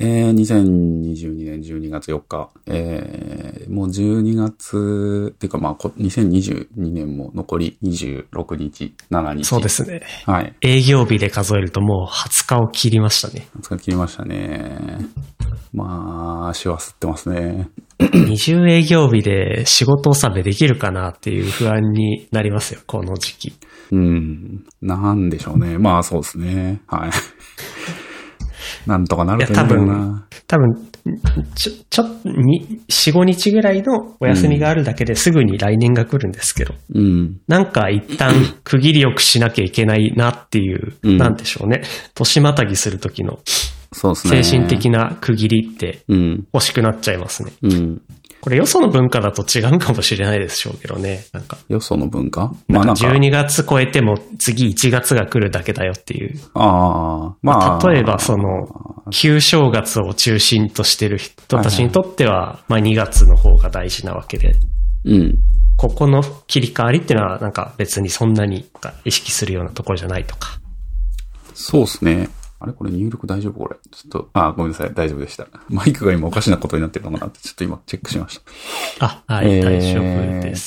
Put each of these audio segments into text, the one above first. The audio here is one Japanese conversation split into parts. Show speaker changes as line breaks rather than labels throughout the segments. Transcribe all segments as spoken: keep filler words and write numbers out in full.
えー、にせんにじゅうにねんじゅうにがつよっか、えー、もうじゅうにがつっていうかまあにせんにじゅうにねんも残りにじゅうろくにち、しちにち。
そうですね。
はい。
営業日で数えるともうはつかを切りましたね。
はつか切りましたね。まあ、足は吸ってますね。
にじゅう営業日で仕事納めできるかなっていう不安になりますよ、この時期。
うん。なんでしょうね。まあそうですね。はい。なんとかなるといいんだよな。
多分、多分、ちょ、ちょっと、に、よん、ごにちぐらいのお休みがあるだけですぐに来年が来るんですけど。
うん。
なんか一旦区切りよくしなきゃいけないなっていう、うん、なんでしょうね。年またぎする時の。
そうですね。
精神的な区切りって欲しくなっちゃいますね。
うん。こ
れよその文化だと違うかもしれないでしょうけどね。なんか。
よその文化？
まあなんかじゅうにがつ超えても次いちがつが来るだけだよっていう。
ああ、ま
あ。例えばその、旧正月を中心としてる人たちにとっては、はいはい、まあにがつの方が大事なわけで。
うん。
ここの切り替わりっていうのはなんか別にそんなに意識するようなところじゃないとか。
そうですね。あれこれ入力大丈夫これ。ちょっと、あ、ごめんなさい。大丈夫でした。マイクが今おかしなことになってるのかなって、ちょっと今チェックしました。
あ、はい、えー、大丈夫です。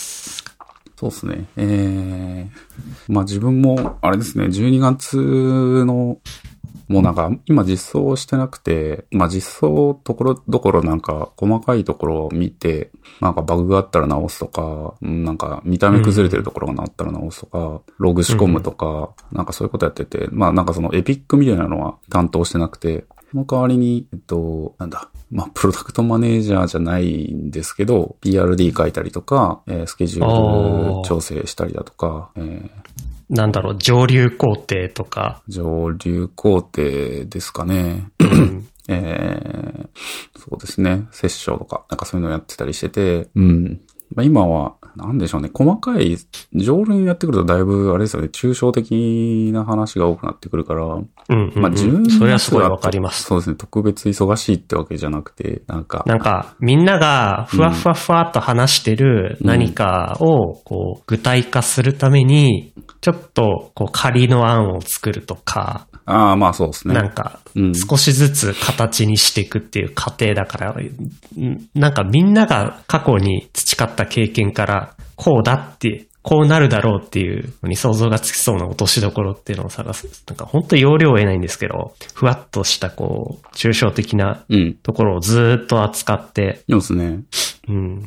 そうですね。えー、まあ自分も、あれですね、じゅうにがつの、もうなんか、今実装してなくて、まあ実装ところどころなんか、細かいところを見て、なんかバグがあったら直すとか、なんか見た目崩れてるところがあったら直すとか、うん、ログ仕込むとか、うん、なんかそういうことやってて、まあなんかそのエピックみたいなのは担当してなくて、その代わりに、えっと、なんだ、まあプロダクトマネージャーじゃないんですけど、ピーアールディー 書いたりとか、えー、スケジュール調整したりだとか、えー
なんだろう、上流工程とか。
上流工程ですかね。えー、そうですね。セッションとか、なんかそういうのやってたりしてて、うん。まあ、今は、なんでしょうね。細かい、上流にやってくるとだいぶ、あれですよね、抽象的な話が多くなってくるから、
うんうんうん、
まあ、じゅうにがつ
それはすごいわかります。
そうですね。特別忙しいってわけじゃなくて、なんか。
なんか、みんながふわふわふわっと話してる何かを、こう、具体化するために、ちょっと、こう、仮の案を作るとか。
ああ、まあそうですね。
なんか、少しずつ形にしていくっていう過程だから、なんかみんなが過去に培った経験から、こうだって、こうなるだろうっていうのに想像がつきそうな落としどころっていうのを探す。なんか本当に要領を得ないんですけど、ふわっとしたこう、抽象的なところをずーっと扱って。
そうですね。
うん。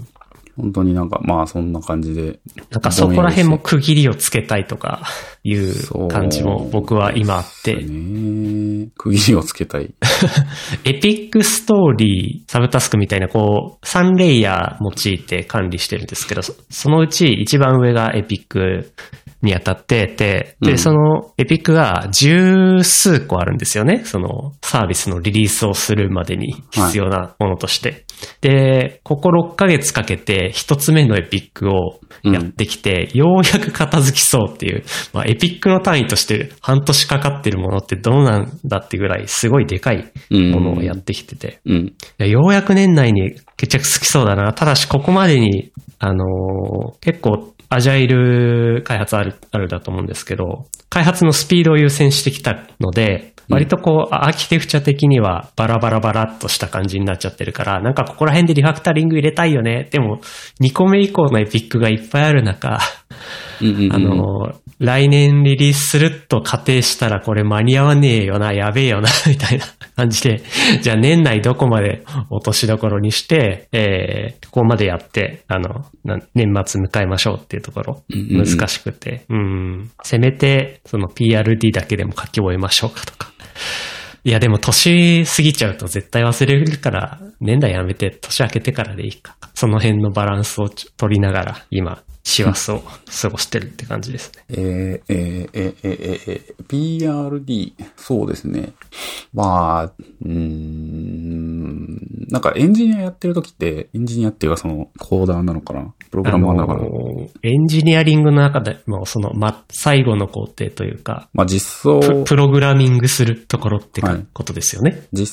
本当になんか、まあそんな感じで。
なんかそこら辺も区切りをつけたいとかいう感じも僕は今あって。
そうですね。区切りをつけたい。
エピックストーリー、サブタスクみたいなこう、さんレイヤー用いて管理してるんですけど、そのうち一番上がエピックに当たってて、で、うん、そのエピックが十数個あるんですよね。そのサービスのリリースをするまでに必要なものとして。はい、で、こころっかげつかけて一つ目のエピックをやってきて、うん、ようやく片付きそうっていう、まあ、エピックの単位として半年かかってるものってどうなんだってぐらいすごいでかいものをやってきてて、
うんうん、
ようやく年内に決着つきそうだな。ただしここまでに、あのー、結構アジャイル開発ある、あるだと思うんですけど、開発のスピードを優先してきたので、割とこう、アーキテクチャ的にはバラバラバラっとした感じになっちゃってるから、なんかここら辺でリファクタリング入れたいよね。でも、にこめ以降のエピックがいっぱいある中、
うんうんうん、
あの、来年リリースすると仮定したらこれ間に合わねえよな、やべえよな、みたいな感じで、じゃあ年内どこまで落としどころにして、えー、ここまでやって、あの、年末迎えましょうっていうところ、難しくて、うん、うん、せめて、その ピーアールディー だけでも書き終えましょうかとか。いやでも年過ぎちゃうと絶対忘れるから、年内やめて年明けてからでいいか。その辺のバランスを取りながら、今、師走を過ごしてるって感じですね。
えー、えー、えー、えー、えー、ピーアールディー、そうですね。まあ、うーん、なんかエンジニアやってる時って、エンジニアっていうかそのコーダーなのかな、プログラマーなのかな、あのー、
エンジニアリングの中でもその、ま、最後の工程というか、
まあ実装
プ、プログラミングするところってか、はい、ことですよね。
実装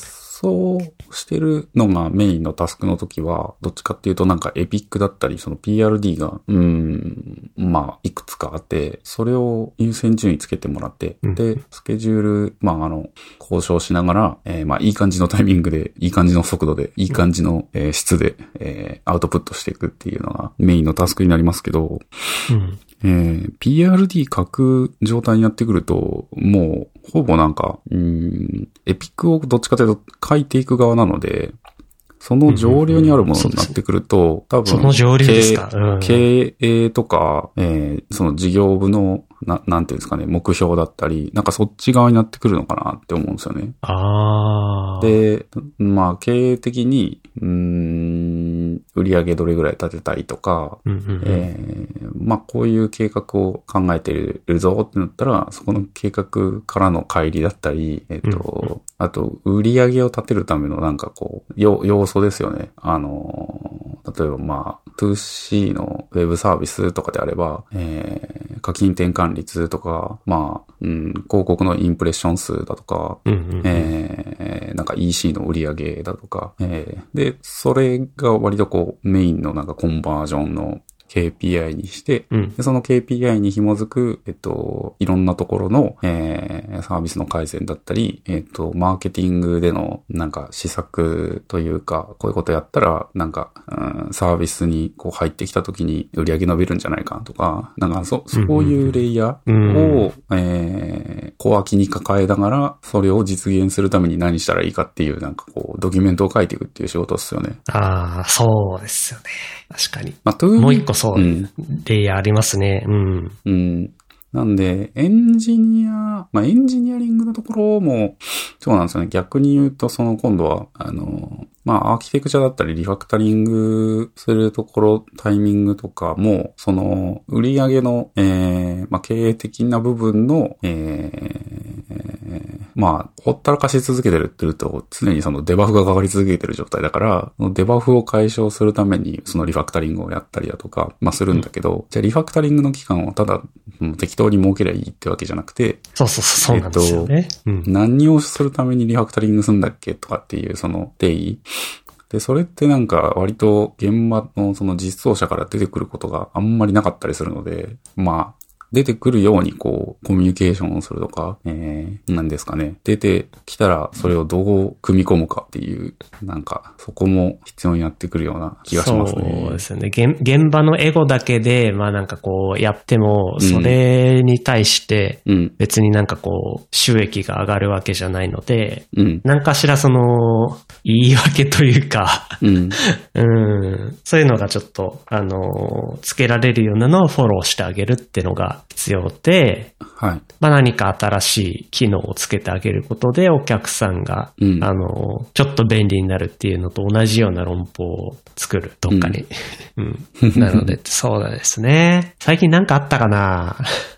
装してるのがメインのタスクの時は、どっちかっていうとなんかエピックだったり、その ピーアールディー が、うーん、まあ、いくつかあって、それを優先順位つけてもらって、うん、で、スケジュール、まあ、あの、交渉しながら、えー、まあ、いい感じのタイミングで、いい感じの速度で、いい感じの、えー、質で、えー、アウトプットしていくっていうのがメインのタスクになりますけど、うんえー、ピーアールディー 書く状態になってくると、もう、ほぼなんか、うーん、エピックをどっちかというと書いていく側なので、その上流にあるものになってくると、うんうんうん、多分、
その上流ですか、
うん、経営とか、えー、その事業部の、な、なんていうんですかね、目標だったり、なんかそっち側になってくるのかなって思うんですよね。
ああ。
で、まあ、経営的に、うーん、売上どれぐらい立てたいとか、うんうんうんえー、まあ、こういう計画を考えているぞってなったら、そこの計画からの乖離だったり、えっ、ー、と、うんうん、あと、売上を立てるためのなんかこう、要素ですよね。あの、例えばまあ、ツーシー のウェブサービスとかであれば、えー、課金転換率とか、まあ、うん、広告のインプレッション数だとか、うんうんうんえー、なんか イーシー の売上だとか、えー、で、それが割とこう、メインのなんかコンバージョンのケーピーアイ にして、うん、でその ケーピーアイ に紐づく、えっと、いろんなところの、えー、サービスの改善だったり、えっと、マーケティングでの、なんか、施策というか、こういうことやったら、なんか、うん、サービスにこう入ってきた時に売り上げ伸びるんじゃないかとか、なんか、そ、そういうレイヤーを、うんえー、小脇に抱えながら、それを実現するために何したらいいかっていう、なんかこう、ドキュメントを書いていくっていう仕事ですよね。
ああ、そうですよね。確かに。まあ、もう一個そう、うん、レイヤーありますね。うん。
うん。なんで、エンジニア、まあ、エンジニアリングのところも、そうなんですよね。逆に言うと、その今度は、あの、まあ、アーキテクチャだったり、リファクタリングするところ、タイミングとかも、その、売上の、えー、まあ、経営的な部分の、えー、まあ、ほったらかし続けてるって言うと、常にそのデバフがかかり続けてる状態だから、そのデバフを解消するために、そのリファクタリングをやったりだとか、まあ、するんだけど、うん、じゃあリファクタリングの期間をただ、うん、適当に設けりゃいいってわけじゃなくて、
そうそうそう、そうなんですよね。えっと、うん、
何をするためにリファクタリングするんだっけとかっていう、その定義。で、それってなんか割と現場のその実装者から出てくることがあんまりなかったりするので、まあ、出てくるようにこう、コミュニケーションをするとか、えー、なんですかね。出てきたらそれをどう組み込むかっていう、なんか、そこも必要になってくるような気がしますね。
そうですよね。現、現場のエゴだけで、まあなんかこう、やっても、それに対して、別になんかこう、収益が上がるわけじゃないので、うん、なんかしらその、言い訳というか、うん、うん、そういうのがちょっと、あの、つけられるようなのをフォローしてあげるっていうのが必要で、
はい。
まあ何か新しい機能をつけてあげることでお客さんが、うん、あの、ちょっと便利になるっていうのと同じような論法を作る、どっかに。うん。うん、なので、そうですね。最近なんかあったかな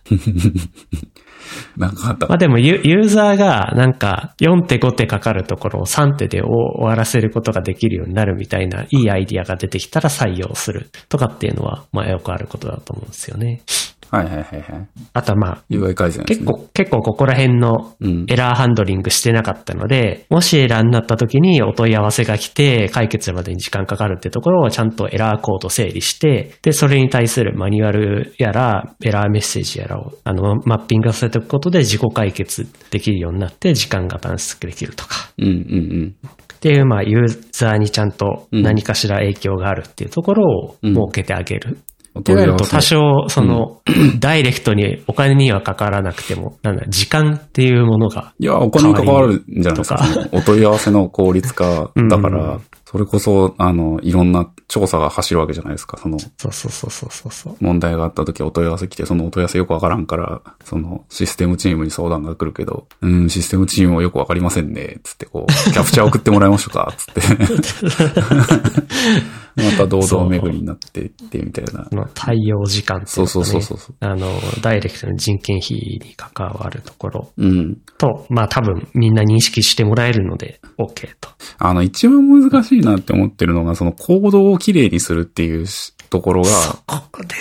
なんかあった。
まあでもユ、ユーザーがなんかよん手ご手かかるところをさん手で終わらせることができるようになるみたいないいアイディアが出てきたら採用するとかっていうのは、まあよくあることだと思うんですよね。
はいはいはいはい。
あとはまあ、
ユーアイ 改善ですね。
結構、結構ここら辺のエラーハンドリングしてなかったので、うん、もしエラーになった時にお問い合わせが来て解決までに時間かかるってところをちゃんとエラーコード整理して、で、それに対するマニュアルやら、エラーメッセージやらを、あの、マッピングさせておくことで自己解決できるようになって時間が短縮できるとか。
うんうんうん。
っていう、まあ、ユーザーにちゃんと何かしら影響があるっていうところを設けてあげる。うんってなると多少、その、うん、ダイレクトにお金にはかからなくても、なんだ、時間っていうものが。
いや、お金に関わるんじゃないですか。お問い合わせの効率化だから、うん、それこそ、あの、いろんな調査が走るわけじゃないですか。その、
そうそうそうそうそう。
問題があった時お問い合わせ来て、そのお問い合わせよくわからんから、その、システムチームに相談が来るけど、うん、システムチームもよくわかりませんね、つってこう、キャプチャー送ってもらいましょうか、つって。また堂々巡りになっていってみたいな。
の対応時間っていうのがね、
そうそうそうそう。
あの、ダイレクトの人件費に関わるところ。
うん。
と、まあ多分みんな認識してもらえるので OK と。
あの、一番難しいなって思ってるのが、そのコードをきれいにするっていうところが、
そこです。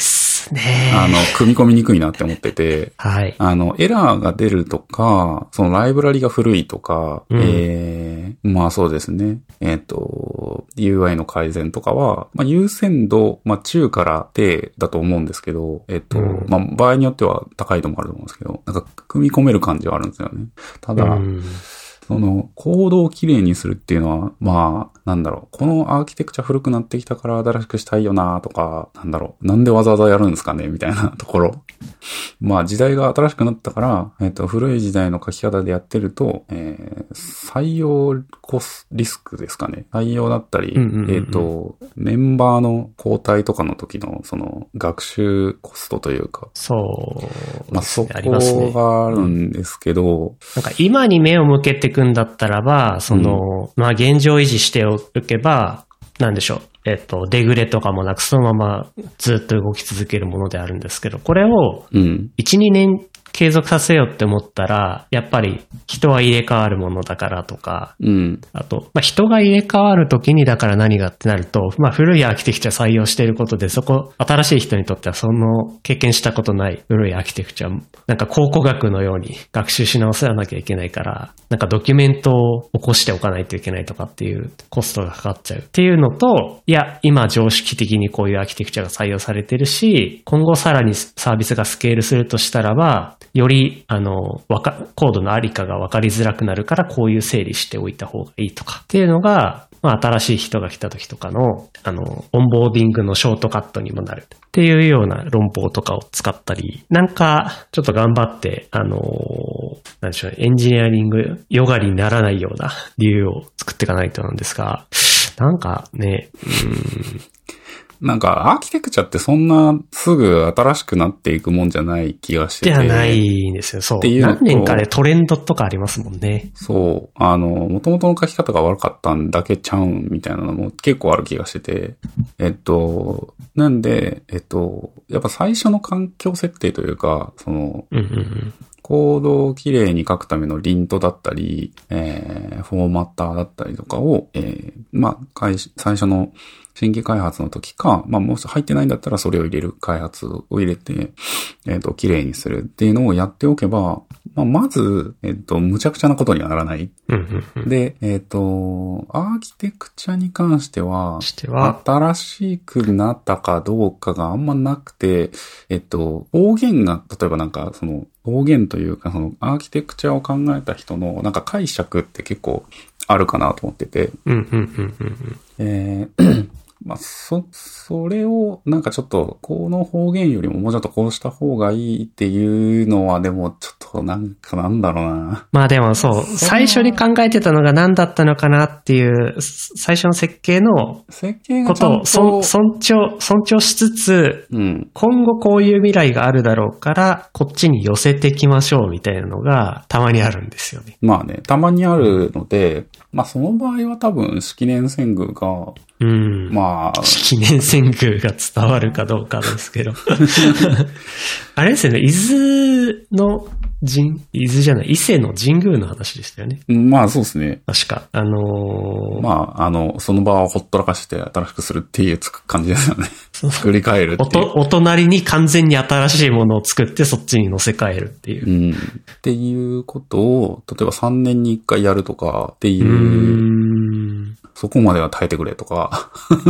ですね。
あの、組み込みにくいなって思ってて、
はい。
あの、エラーが出るとか、そのライブラリが古いとか、うん、えー、まあそうですね。えっと、ユーアイ の改善とかは、まあ優先度、まあ中から低だと思うんですけど、えっと、うん、まあ場合によっては高いのもあると思うんですけど、なんか組み込める感じはあるんですよね。ただ、うんその、コードをきれいにするっていうのは、まあ、なんだろう、このアーキテクチャ古くなってきたから新しくしたいよなとか、なんだろう、なんでわざわざやるんですかねみたいなところ。まあ、時代が新しくなったから、えっと、古い時代の書き方でやってると、えー、採用コス、リスクですかね。採用だったり、うんうんうんうん、えっと、メンバーの交代とかの時の、その、学習コストというか。
そう、ね。
まあ、そこがあるんですけど、
なんか今に目を向けてくんだったらば、その、うん、まあ現状維持しておけば、なんでしょう。えっと、デグレとかもなくそのままずっと動き続けるものであるんですけど、これをいち、にねん継続させようって思ったら、やっぱり人は入れ替わるものだからとか、うん、あと、まあ、人が入れ替わるときにだから何がってなると、まあ、古いアーキテクチャ採用していることで、そこ、新しい人にとってはその経験したことない古いアーキテクチャ、なんか考古学のように学習し直さなきゃいけないから、なんかドキュメントを起こしておかないといけないとかっていうコストがかかっちゃうっていうのと、いや、今常識的にこういうアーキテクチャが採用されてるし、今後さらにサービスがスケールするとしたらば、より、あの、わか、コードのありかが分かりづらくなるから、こういう整理しておいた方がいいとかっていうのが、まあ、新しい人が来た時とかの、あの、オンボーディングのショートカットにもなるっていうような論法とかを使ったり、なんか、ちょっと頑張って、あの、なんでしょうね、エンジニアリング、ヨガにならないような理由を作っていかないとなんですが、なんかね、うーん、
なんか、アーキテクチャってそんなすぐ新しくなっていくもんじゃない気がしてて。
じゃないんですよ、そう。っていう何年かでトレンドとかありますもんね。
そう。あの、元々の書き方が悪かったんだけちゃうんみたいなのも結構ある気がしてて。えっと、なんで、えっと、やっぱ最初の環境設定というか、その、うんうんうんコードをきれいに書くためのリントだったり、えー、フォーマッターだったりとかを、えー、まあ、開始、最初の新規開発の時か、まあ、もし入ってないんだったらそれを入れる、開発を入れて、えっと、きれいにするっていうのをやっておけば、まあ、まず、えっと、無茶苦茶なことにはならない。で、えっと、アーキテクチャに関しては、しては新しくなったかどうかがあんまなくて、えっと、方言が、例えばなんか、その、方言というか、その、アーキテクチャを考えた人の、なんか解釈って結構あるかなと思ってて。えーまあ、そ、それを、なんかちょっと、この方言よりももうちょっとこうした方がいいっていうのは、でもちょっとなんかなんだろうな。
まあでもそう、最初に考えてたのが何だったのかなっていう、最初の設計のことを尊重、尊重しつつ、うん、今後こういう未来があるだろうから、こっちに寄せてきましょうみたいなのがたまにあるんですよね。
まあね、たまにあるので、うん、まあその場合は多分、式年遷宮が、
うん。まあ。式年遷宮が伝わるかどうかですけど。あれですよね、伊豆の神、伊豆じゃない、伊勢の神宮の話でしたよね。
まあそうですね。
確か。あのー、
まあ、あの、その場をほっとらかして新しくするっていう感じですよね。作り変えるっていう。
お, お隣に完全に新しいものを作ってそっちに乗せ替えるっていう。
うん。っていうことを、例えばさんねんにいっかいやるとかっていう、うそこまでは耐えてくれとか。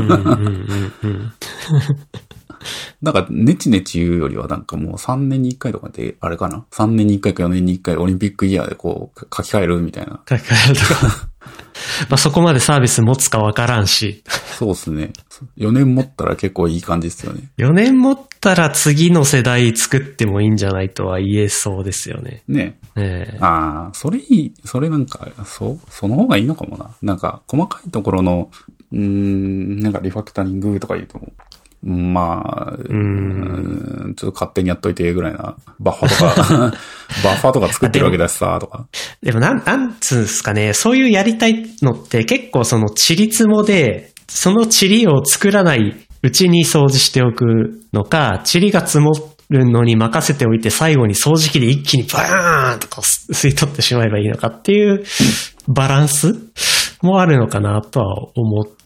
なんか、ネチネチ言うよりはなんかもうさんねんにいっかいとかで、あれかな ?さんねんにいっかいかよねんにいっかいオリンピックイヤーでこう、書き換えるみたいな。
書き換えるとか。まあそこまでサービス持つかわからんし。
そうですね。よねん持ったら結構いい感じですよね。
よねん持ったら次の世代作ってもいいんじゃないとは言えそうですよね。
ねえ。えああ、それいい、それなんか、そう、その方がいいのかもな。なんか、細かいところの、うーん、なんかリファクタリングとか言うと、まあ、うーん、ちょっと勝手にやっといてぐらいな、バッファとか、バッファとか作ってるわけだしさ、とか。
でもなん、なんつうんですかね、そういうやりたいのって結構そのチリツモで、そのチリを作らないうちに掃除しておくのか、チリが積もるのに任せておいて最後に掃除機で一気にバーンとこう吸い取ってしまえばいいのかっていうバランスもあるのかなとは思って、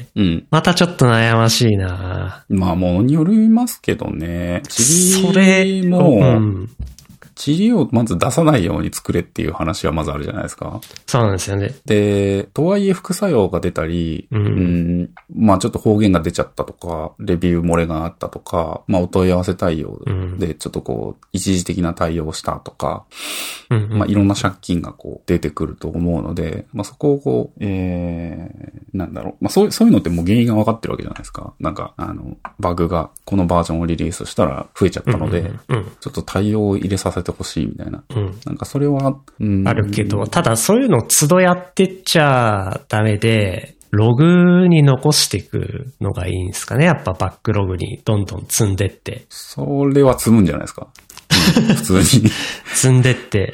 うん。
またちょっと悩ましいな。
まあ、ものによりますけどね。
それ
も、
うん、
塵をまず出さないように作れっていう話はまずあるじゃないですか。
そうなんですよね。
で、とはいえ副作用が出たり、うん、うん、まあちょっと方言が出ちゃったとか、レビュー漏れがあったとか、まあお問い合わせ対応でちょっとこう、一時的な対応をしたとか、うんうん、まあいろんな借金がこう出てくると思うので、まあそこをこう、えー、なんだろう。まあそう、そういうのってもう原因が分かってるわけじゃないですか。なんか、あの、バグがこのバージョンをリリースしたら増えちゃったので、うんうんうん、ちょっと対応を入れさせてほしいみたいな。うん、なんかそれは、
うん、あるけど、ただそういうのを都度やってっちゃダメで、ログに残していくのがいいんですかね。やっぱバックログにどんどん積んでって。
それは積むんじゃないですか。うん、普通に。
積んでって、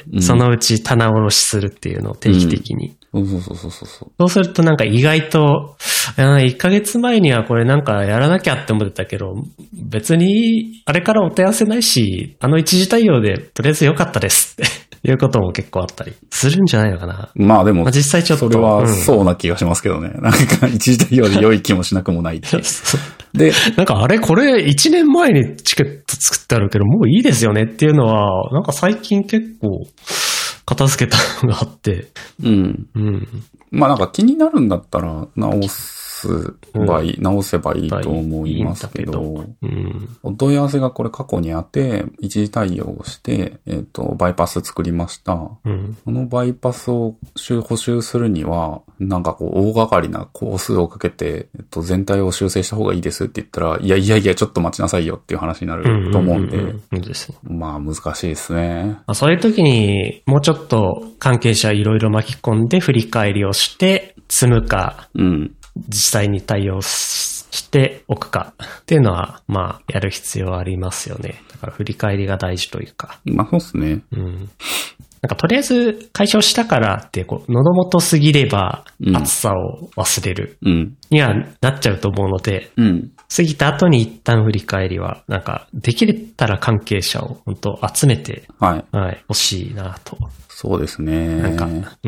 うん、そのうち棚卸しするっていうのを定期的に。
うん、そうそうそうそうそう。
そうするとなんか意外と、いっかげつまえにはこれなんかやらなきゃって思ってたけど、別にあれからお問い合わせないし、あの一時対応でとりあえず良かったですっていうことも結構あったりするんじゃないのかな。
まあでも、
まあ、実際ちょっと。
それはそうな気がしますけどね。うん、なんか一時対応で良い気もしなくもないって。
で、なんかあれこれいちねんまえにチケット作ってあるけどもういいですよねっていうのは、なんか最近結構片付けたのがあって。
うん。うん。まあなんか気になるんだったら直す場合、うん、直せばいいと思いますけど、いいんだけど、うん、お問い合わせがこれ過去にあって、一時対応をして、えっと、バイパス作りました。うん、このバイパスを補修するには、なんかこう、大掛かりな工数をかけて、えっと、全体を修正した方がいいですって言ったら、いやいやいや、ちょっと待ちなさいよっていう話になると思うんで、まあ難しいですね。
そういう時に、もうちょっと関係者いろいろ巻き込んで振り返りをして、積むか、うん、実際に対応しておくかっていうのは、まあ、やる必要はありますよね。だから振り返りが大事というか。
まあ、そうですね。
うん。なんか、とりあえず解消したからって、こう、喉元すぎれば、暑さを忘れる。うん。にはなっちゃうと思うので、うん。過ぎた後に一旦振り返りは、なんか、できたら関係者を本当集めて、はい。はい。欲しいなと。
そうですね。
なんか、うん、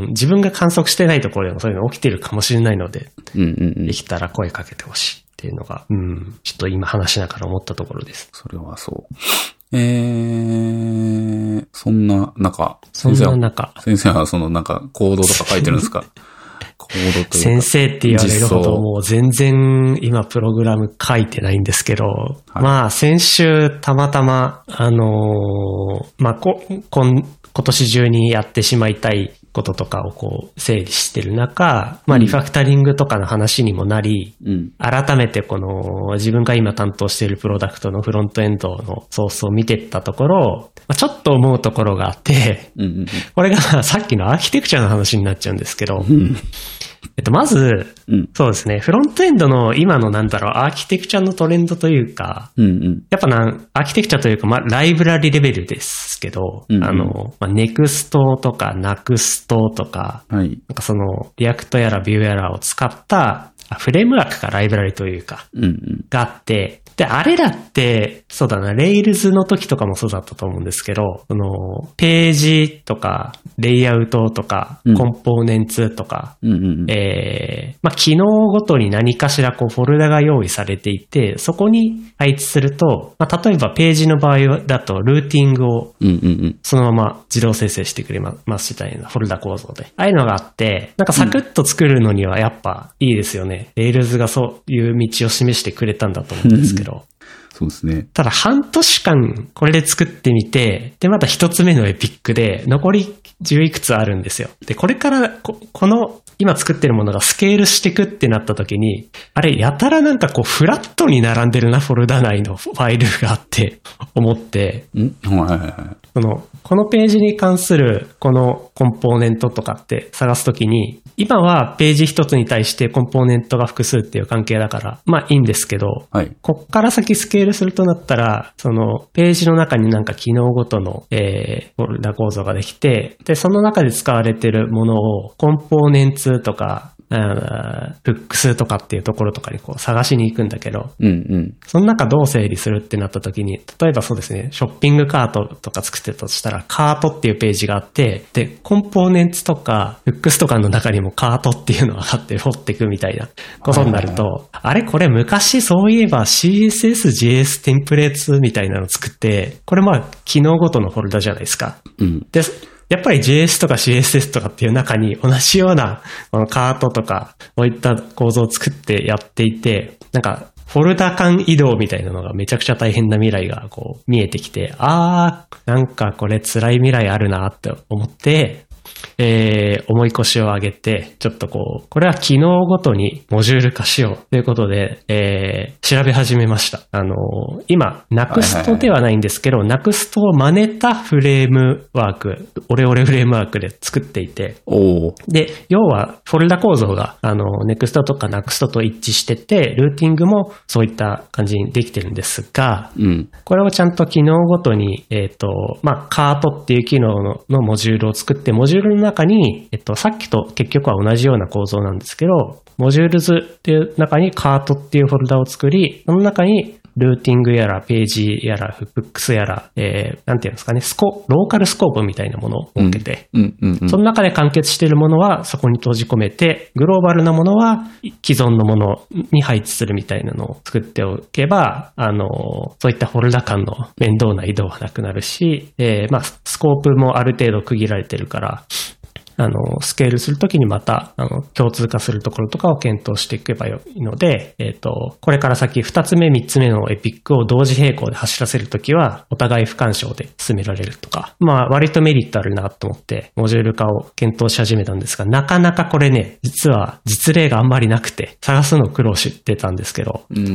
自分が観測してないところでもそういうの起きてるかもしれないので、うんうんうん、できたら声かけてほしいっていうのが、うん、ちょっと今話しながら思ったところです。
それはそう。えー、そんな中、
そんな中。
先生はそのなんかコードとか書いてるんですか？コードというか。
先生って言われるほどもう全然今プログラム書いてないんですけど、はい、まあ先週たまたま、あのー、まあこ、こん、今年中にやってしまいたいこととかをこう整理してる中、まあリファクタリングとかの話にもなり、うん、改めてこの自分が今担当しているプロダクトのフロントエンドのソースを見てったところ、まあ、ちょっと思うところがあって、うんうんうん、これがまあさっきのアーキテクチャの話になっちゃうんですけど、うんえっと、まず、うん、そうですね、フロントエンドの今のなんだろう、アーキテクチャのトレンドというか、うんうん、やっぱな、アーキテクチャというか、まあ、ライブラリレベルですけど、うんうん、あの、まあ、ネクストとか、ナクストとか、はい、なんかその、リアクトやらビューやらを使った、フレームワークかライブラリというか、うんうん、があって、で、あれらって、そうだな、レイルズの時とかもそうだったと思うんですけど、その、ページとか、レイアウトとか、うん、コンポーネンツとか、うんうんうん、えー、まあ、機能ごとに何かしらこう、フォルダが用意されていて、そこに配置すると、まあ、例えばページの場合だと、ルーティングを、そのまま自動生成してくれますみたいなフォルダ構造で。ああいうのがあって、なんかサクッと作るのにはやっぱいいですよね。レイルズがそういう道を示してくれたんだと思うんですけど。
そうですね。
ただ半年間これで作ってみて、で、また一つ目のエピックで残りじゅういくつあるんですよ。で、これからこ、この今作ってるものがスケールしていくってなった時に、あれ、やたらなんかこうフラットに並んでるな、フォルダ内のファイルがあって思って、んはいはいはい。その、このページに関するこのコンポーネントとかって探すときに、今はページ一つに対してコンポーネントが複数っていう関係だから、まあいいんですけど、はい、こっから先スケールするとなったら、そのページの中になんか機能ごとの、えー、フォルダ構造ができて、で、その中で使われているものをコンポーネンツとか、 フックスとかっていうところとかにこう探しに行くんだけど、
うんうん。
その中どう整理するってなった時に、例えばそうですね、ショッピングカートとか作ってたとしたら、カートっていうページがあって、で、コンポーネンツとか、フックスとかの中にもカートっていうのがあって、掘っていくみたいなことになると、あれこれ昔そういえば シーエスエス、ジェイエス テンプレートみたいなの作って、これまあ、機能ごとのフォルダじゃないですか。
うん。
で、やっぱり ジェイエス とか シーエスエス とかっていう中に同じようなこのカートとかこういった構造を作ってやっていて、なんかフォルダ間移動みたいなのがめちゃくちゃ大変な未来がこう見えてきて、あー、なんかこれ辛い未来あるなって思って、えー、重い腰を上げて、ちょっとこう、これは機能ごとにモジュール化しようということで、えー、調べ始めました。あのー、今、Next ではないんですけど、Next を真似たフレームワーク、オレオレフレームワークで作っていて、
お
で、要はフォルダ構造が、あの、Next とか Next と一致してて、ルーティングもそういった感じにできてるんですが、
うん、
これをちゃんと機能ごとに、えっと、まあ、カートっていう機能の、のモジュールを作って、モジュールの中に、えっと、さっきと結局は同じような構造なんですけど、モジュールズっていう中にカートっていうフォルダを作り、その中にルーティングやら、ページやら、フックスやら、えー、なんていうんですかね、スコ、ローカルスコープみたいなものを設けて、
うんうんうん、
その中で完結しているものはそこに閉じ込めて、グローバルなものは既存のものに配置するみたいなのを作っておけば、あの、そういったフォルダ間の面倒な移動はなくなるし、えー、まあ、スコープもある程度区切られてるから、あの、スケールするときにまた、あの、共通化するところとかを検討していけばよいので、えっと、これから先二つ目、三つ目のエピックを同時並行で走らせるときは、お互い不干渉で進められるとか、まあ、割とメリットあるなと思って、モジュール化を検討し始めたんですが、なかなかこれね、実は実例があんまりなくて、探すの苦労してたんですけど、
うんうんうん、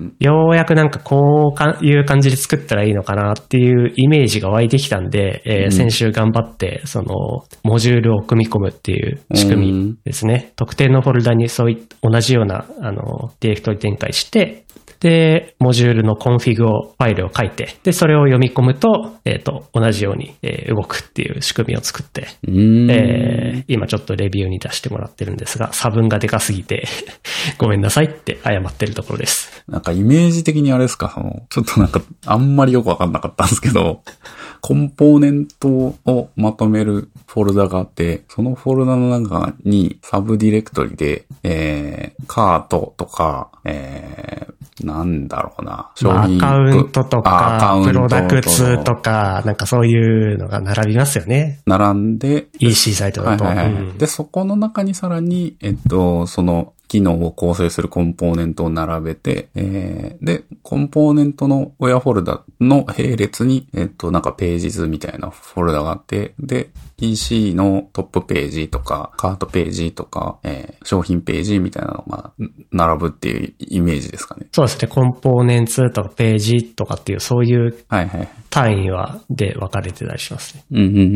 ようやくなんかこういう感じで作ったらいいのかなっていうイメージが湧いてきたんで、えーうん、先週頑張って、その、モジュールを組み込むっていう仕組みですね。特定のフォルダにそうい同じようなあのディレクトリ展開して、で、モジュールのコンフィグを、ファイルを書いて、で、それを読み込むと、えっと、同じように、えー、動くっていう仕組みを作って、えー、今ちょっとレビューに出してもらってるんですが、差分がでかすぎて、ごめんなさいって謝ってるところです。
なんかイメージ的にあれですか、その、ちょっとなんか、あんまりよくわかんなかったんですけど、コンポーネントをまとめるフォルダがあって、そのフォルダの中にサブディレクトリで、えー、カートとか、えー、なんだろうな、
商品、まあ、アカウントとか、プロダクツとか、なんかそういうのが並びますよね。
並んで、
イーシー サイトだと。
はいはいはいうん、で、そこの中にさらに、えっと、その、機能を構成するコンポーネントを並べて、えー、で、コンポーネントの親フォルダの並列に、えっと、なんかページ図みたいなフォルダがあって、で、イーシー のトップページとか、カートページとか、えー、商品ページみたいなのが並ぶっていうイメージですかね。
そうですね。コンポーネンツとかページとかっていう、そういう単位はで分かれてたりしますね。
うんうんうんうん、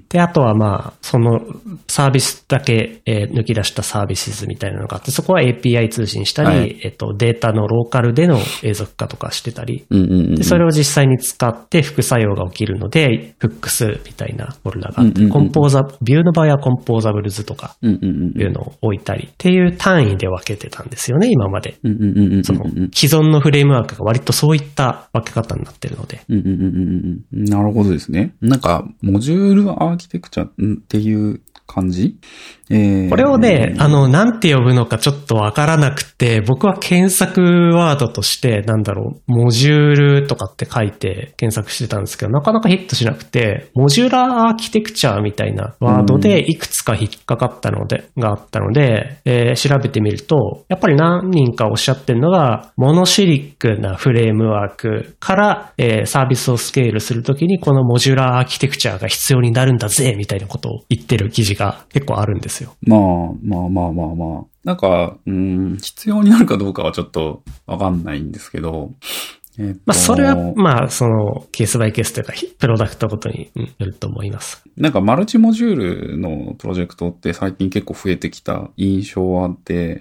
で、あとはまあ、そのサービスだけ、えー、抜き出したサービスみたいなのがあって、そこは エーピーアイ 通信したり、はい、えっと、データのローカルでの永続化とかしてたり、
うんうんうん、
で、それを実際に使って副作用が起きるので、フックスみたいなフォルダがあって、うんうんうん、コンポーザ、ビューの場合はコンポーザブルズとか、いうのを置いたり、っていう単位で分けてたんですよね、今まで。
うんうんうんうん、
その、既存のフレームワークが割とそういった分け方になってるので。
うんうんうんうん、なるほどですね。なんか、モジュールアーキテクチャっていう感じ？えー、
これをね、あの、なんて呼ぶのかちょっとわからなくて、僕は検索ワードとして、なんだろう、モジュールとかって書いて検索してたんですけど、なかなかヒットしなくて、モジュラーアーキテクチャみたいなワードでいくつか引っかかったので、があったので、えー、調べてみると、やっぱり何人かおっしゃってるのが、モノシリックなフレームワークから、えー、サービスをスケールするときに、このモジュラーアーキテクチャが必要になるんだぜ、みたいなことを言ってる記事が結構あるんですよ。
まあ、まあまあまあまあ。なんか、うん、必要になるかどうかはちょっとわかんないんですけど、 えーと、
まあ、それは、まあ、その、ケースバイケースというか、プロダクトごとによると思います。
なんか、マルチモジュールのプロジェクトって最近結構増えてきた印象はあって、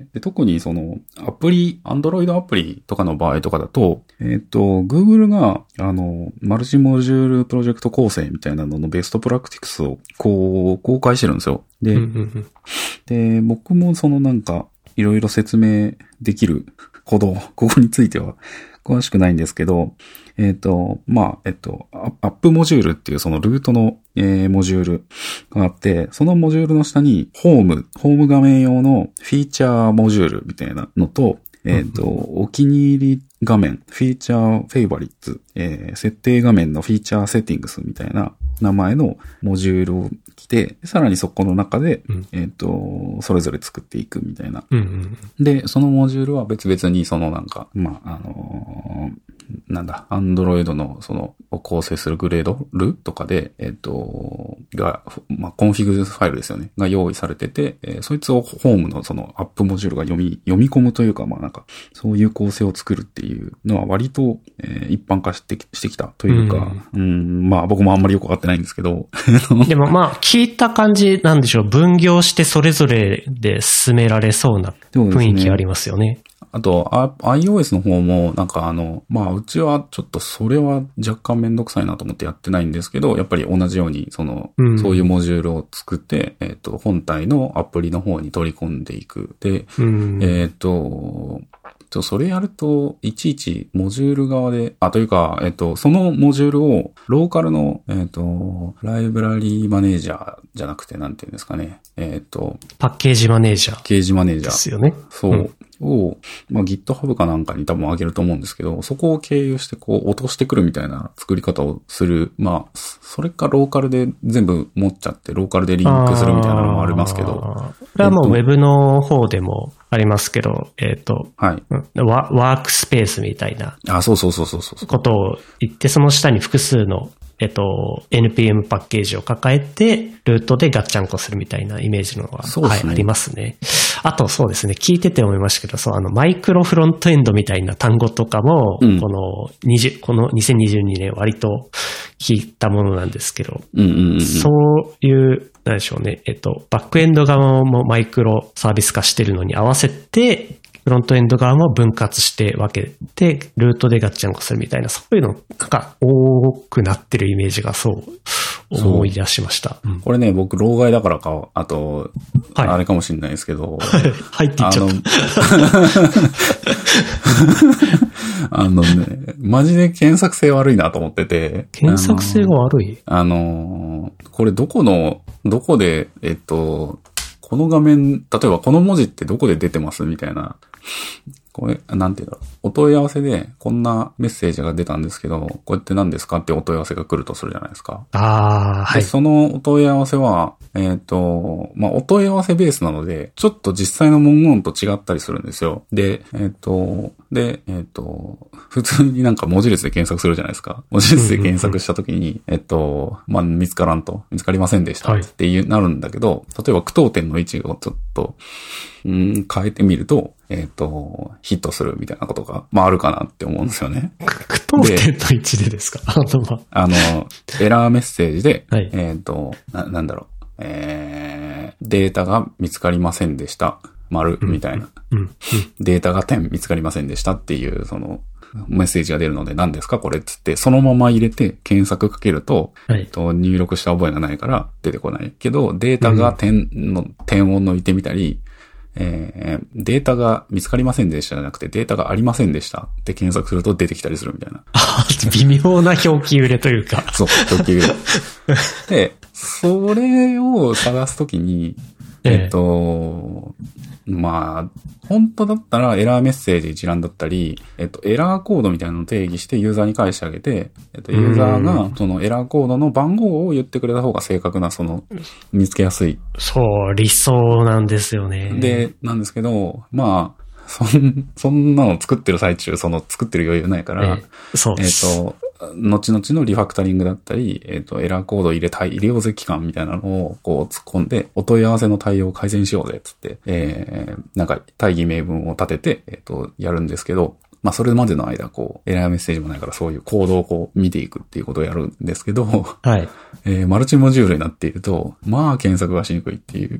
で特にその、アプリ、Android アプリとかの場合とかだと、えっと、Google が、あの、マルチモジュールプロジェクト構成みたいなののベストプラクティクスを、こう、公開してるんですよ。で、
うんうんうん、
で、僕もそのなんか、いろいろ説明できるほど、ここについては詳しくないんですけど、えっと、まあ、えっと、アップモジュールっていうそのルートの、えー、モジュールがあって、そのモジュールの下に、ホーム、ホーム画面用のフィーチャーモジュールみたいなのと、えっと、お気に入り画面、フィーチャーフェイバリッツ、えー、設定画面のフィーチャーセッティングスみたいな名前のモジュールを来て、さらにそこの中で、うん、えっと、それぞれ作っていくみたいな、
うんうんうん。
で、そのモジュールは別々にそのなんか、まあ、あのー、なんだ、アンドロイドのその、を構成するグレードルとかで、えっと、が、まあ、コンフィグファイルですよね。が用意されてて、えー、そいつをホームのそのアップモジュールが読み、読み込むというか、まあなんか、そういう構成を作るっていうのは割と、えー、一般化してき、してきたというか、うん、うんまあ僕もあんまりよくわかってないんですけど。
でもまあ、聞いた感じなんでしょう。分業してそれぞれで進められそうな雰囲気ありますよね。
あと、iOS の方も、なんかあの、まあ、うちはちょっとそれは若干めんどくさいなと思ってやってないんですけど、やっぱり同じように、その、うん、そういうモジュールを作って、えっと、本体のアプリの方に取り込んでいく。で、うん、えっと、それやると、いちいちモジュール側で、あ、というか、えっと、そのモジュールを、ローカルの、えっと、ライブラリーマネージャーじゃなくて、なんていうんですかね。えっと、
パッケージマネージャー。
パッケージマネージャー。
ですよね。
そう。うんを、まあ、GitHub かなんかに多分上げると思うんですけど、そこを経由してこう落としてくるみたいな作り方をする。まあ、それかローカルで全部持っちゃって、ローカルでリンクするみたいなのもありますけど。
これはもう Web の方でもありますけど、えっと、
はい。
ワ, ワークスペースみたいな。
あ、そうそうそうそうそう。
ことを言って、その下に複数のえっと、エヌピーエム パッケージを抱えて、ルートでガッチャンコするみたいなイメージのが、
そうですね、
はい、ありますね。あと、そうですね、聞いてて思いましたけど、そう、あの、マイクロフロントエンドみたいな単語とかも、うん、この20、このにせんにじゅうにねん割と聞いたものなんですけど、
うんうんうん、
そういう、なんでしょうね、えっと、バックエンド側もマイクロサービス化してるのに合わせて、フロントエンド側も分割して分けて、ルートでガッチャンコするみたいな、そういうのが多くなってるイメージがそう思い出しました。
うん、これね、僕、老害だからか、あと、はい、あれかもしれないですけど。
入っていっちゃった
あの。あのね、マジで検索性悪いなと思ってて。
検索性が悪い？
あの、これどこの、どこで、えっと、この画面、例えばこの文字ってどこで出てますみたいな。これ、なんていうんだろう。お問い合わせでこんなメッセージが出たんですけど、これって何ですかってお問い合わせが来るとするじゃないですか。
ああ、はい。
で、そのお問い合わせは、えっと、まあ、お問い合わせベースなので、ちょっと実際の文言と違ったりするんですよ。で、えっと、で、えっと、普通になんか文字列で検索するじゃないですか。文字列で検索したときに、うんうんうん、えっと、まあ、見つからんと、見つかりませんでしたっていう、なるんだけど、例えば句読点の位置をちょっと、うん、変えてみると、えっと、ヒットするみたいなことが、まああるかなって思うんですよね。
句読点の位置でですか？あの、
あの、エラーメッセージで、
はい、
えっとな、なんだろう、えー、データが見つかりませんでした、丸、みたいな、
うんうんうん。
データが点見つかりませんでしたっていう、その、メッセージが出るので何ですかこれっつって、そのまま入れて検索かけると、
はい、
と入力した覚えがないから出てこない。けど、データが点の、うん、点を抜いてみたり、えー、データが見つかりませんでしたじゃなくて、データがありませんでしたって検索すると出てきたりするみたいな。
あ微妙な表記揺れというか。
そう、表記揺れ。で、それを探すときに、えっと、ええ、まあ、本当だったらエラーメッセージ一覧だったり、えっと、エラーコードみたいなのを定義してユーザーに返してあげて、えっと、ユーザーがそのエラーコードの番号を言ってくれた方が正確な、その、見つけやすい。
そう、理想なんですよね。
で、なんですけど、まあ、そん、そんなの作ってる最中、その作ってる余裕ないから、
ええ、そうです。
えっと、後々のリファクタリングだったり、えっと、エラーコードを入れたい、入れようぜ期間みたいなのをこう突っ込んで、お問い合わせの対応を改善しようぜ、つって、えー、なんか大義名分を立てて、えっと、やるんですけど、 まあそれまでの間、こう、エラーメッセージもないからそういうコードをこう見ていくっていうことをやるんですけど、
はい。
えー、マルチモジュールになっていると、まあ検索がしにくいっていう。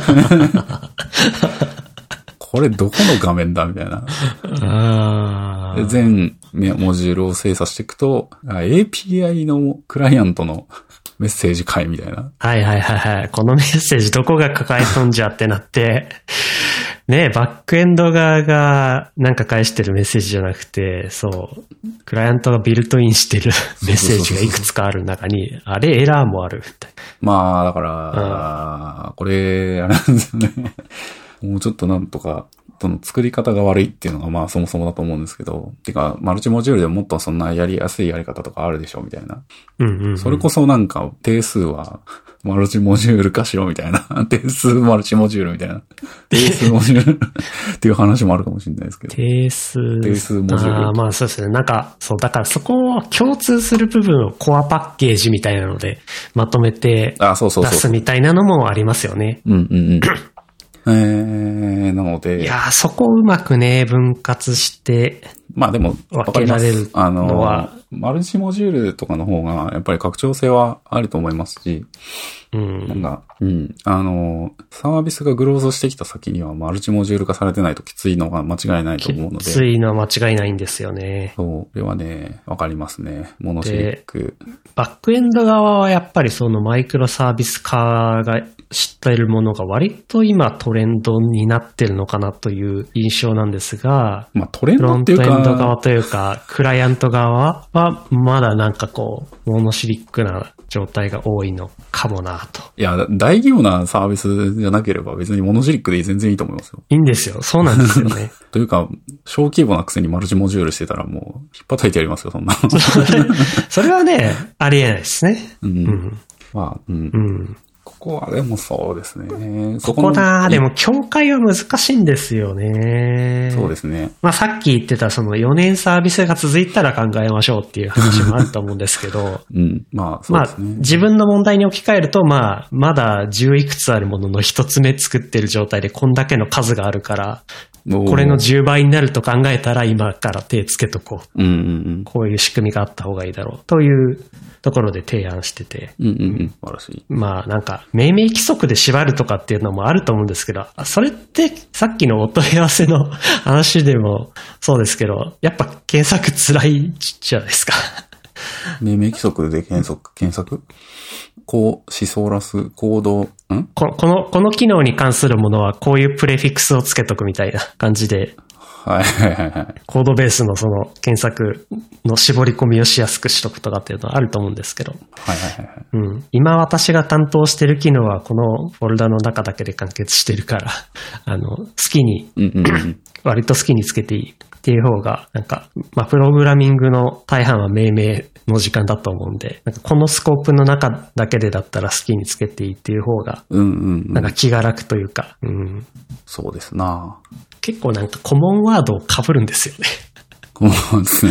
これどこの画面だみたいな。
あ
全モジュールを精査していくと、エーピーアイ のクライアントのメッセージかいみたいな。
はいはいはいはい。このメッセージどこが抱えとんじゃってなって、ね、バックエンド側がなんか返してるメッセージじゃなくて、そう、クライアントがビルトインしてるメッセージがいくつかある中に、あれエラーもあるみたいな。
まあ、だから、うん、これ、あれなんですよね。もうちょっとなんとか、その作り方が悪いっていうのがまあそもそもだと思うんですけど、てか、マルチモジュールでもっとそんなやりやすいやり方とかあるでしょみたいな。
うんうん、うん。
それこそなんか定数はマルチモジュール化しろみたいな。定数マルチモジュールみたいな。定数モジュールっていう話もあるかもしれないですけど。
定数。
定数モジュール。
ああ、まあそうですね。なんか、そう、だからそこを共通する部分をコアパッケージみたいなのでまとめて出すみたいなのもありますよね。
うんうんうん。えー、なので。
いやー、そこをうまくね、分割して。
まあでも、
分けられるのは。
あの、マルチモジュールとかの方が、やっぱり拡張性はあると思いますし、
うん。
なんか、うん。あの、サービスがグローズしてきた先には、マルチモジュール化されてないときついのが間違いないと思うので。
きついのは間違いないんですよね。
そう。これはね、わかりますね。モノシリック。
バックエンド側はやっぱりそのマイクロサービス化が知っているものが割と今トレンドになってるのかなという印象なんですが、
まあトレンドっていうか、
フロントエンド側というか、クライアント側はまだなんかこう、モノシリックな状態が多いのかもなと。
いや、大規模なサービスじゃなければ別にモノシリックで全然いいと思いますよ。
いいんですよ。そうなんですよね。
というか、小規模なくせにマルチモジュールしてたらもう、引っ叩いてやりますよ、そんな。
それはね、ありえないですね。
うん。
うん、
まあ、うん。
うん
ここはでもそうですね。
ここだ、でも境界は難しいんですよね。
そうですね。
まあさっき言ってたそのよねんサービスが続いたら考えましょうっていう話もあると思うんですけど。
うん。まあそうですね。
まあ自分の問題に置き換えると、まあまだじゅういくつあるものの一つ目作ってる状態でこんだけの数があるから、これのじゅうばいになると考えたら今から手つけとこ
う。うんうんうん。
こういう仕組みがあった方がいいだろうというところで提案してて。
うんうんうん。素晴らしい。
まあなんか命名規則で縛るとかっていうのもあると思うんですけど、それってさっきのお問い合わせの話でもそうですけど、やっぱ検索辛いじゃないですか。
命名規則で検索、検索こう、シソーラス、コード、ん
ここの、この機能に関するものはこういうプレフィックスをつけとくみたいな感じで。
はいはいはいはい。
コードベースのその検索の絞り込みをしやすくしとくとかっていうのはあると思うんですけど。
はいはいはい。
うん。今私が担当してる機能はこのフォルダの中だけで完結してるから、あの、好きに、
うんうんうん、
割と好きにつけていいっていう方が、なんか、まあ、プログラミングの大半は命名の時間だと思うんで、なんかこのスコープの中だけでだったら好きにつけていいっていう方が、
うんうんうん、
なんか気が楽というか、うん。
そうですな。
結構なんかコモンワードを被るんですよね。
コモンですね。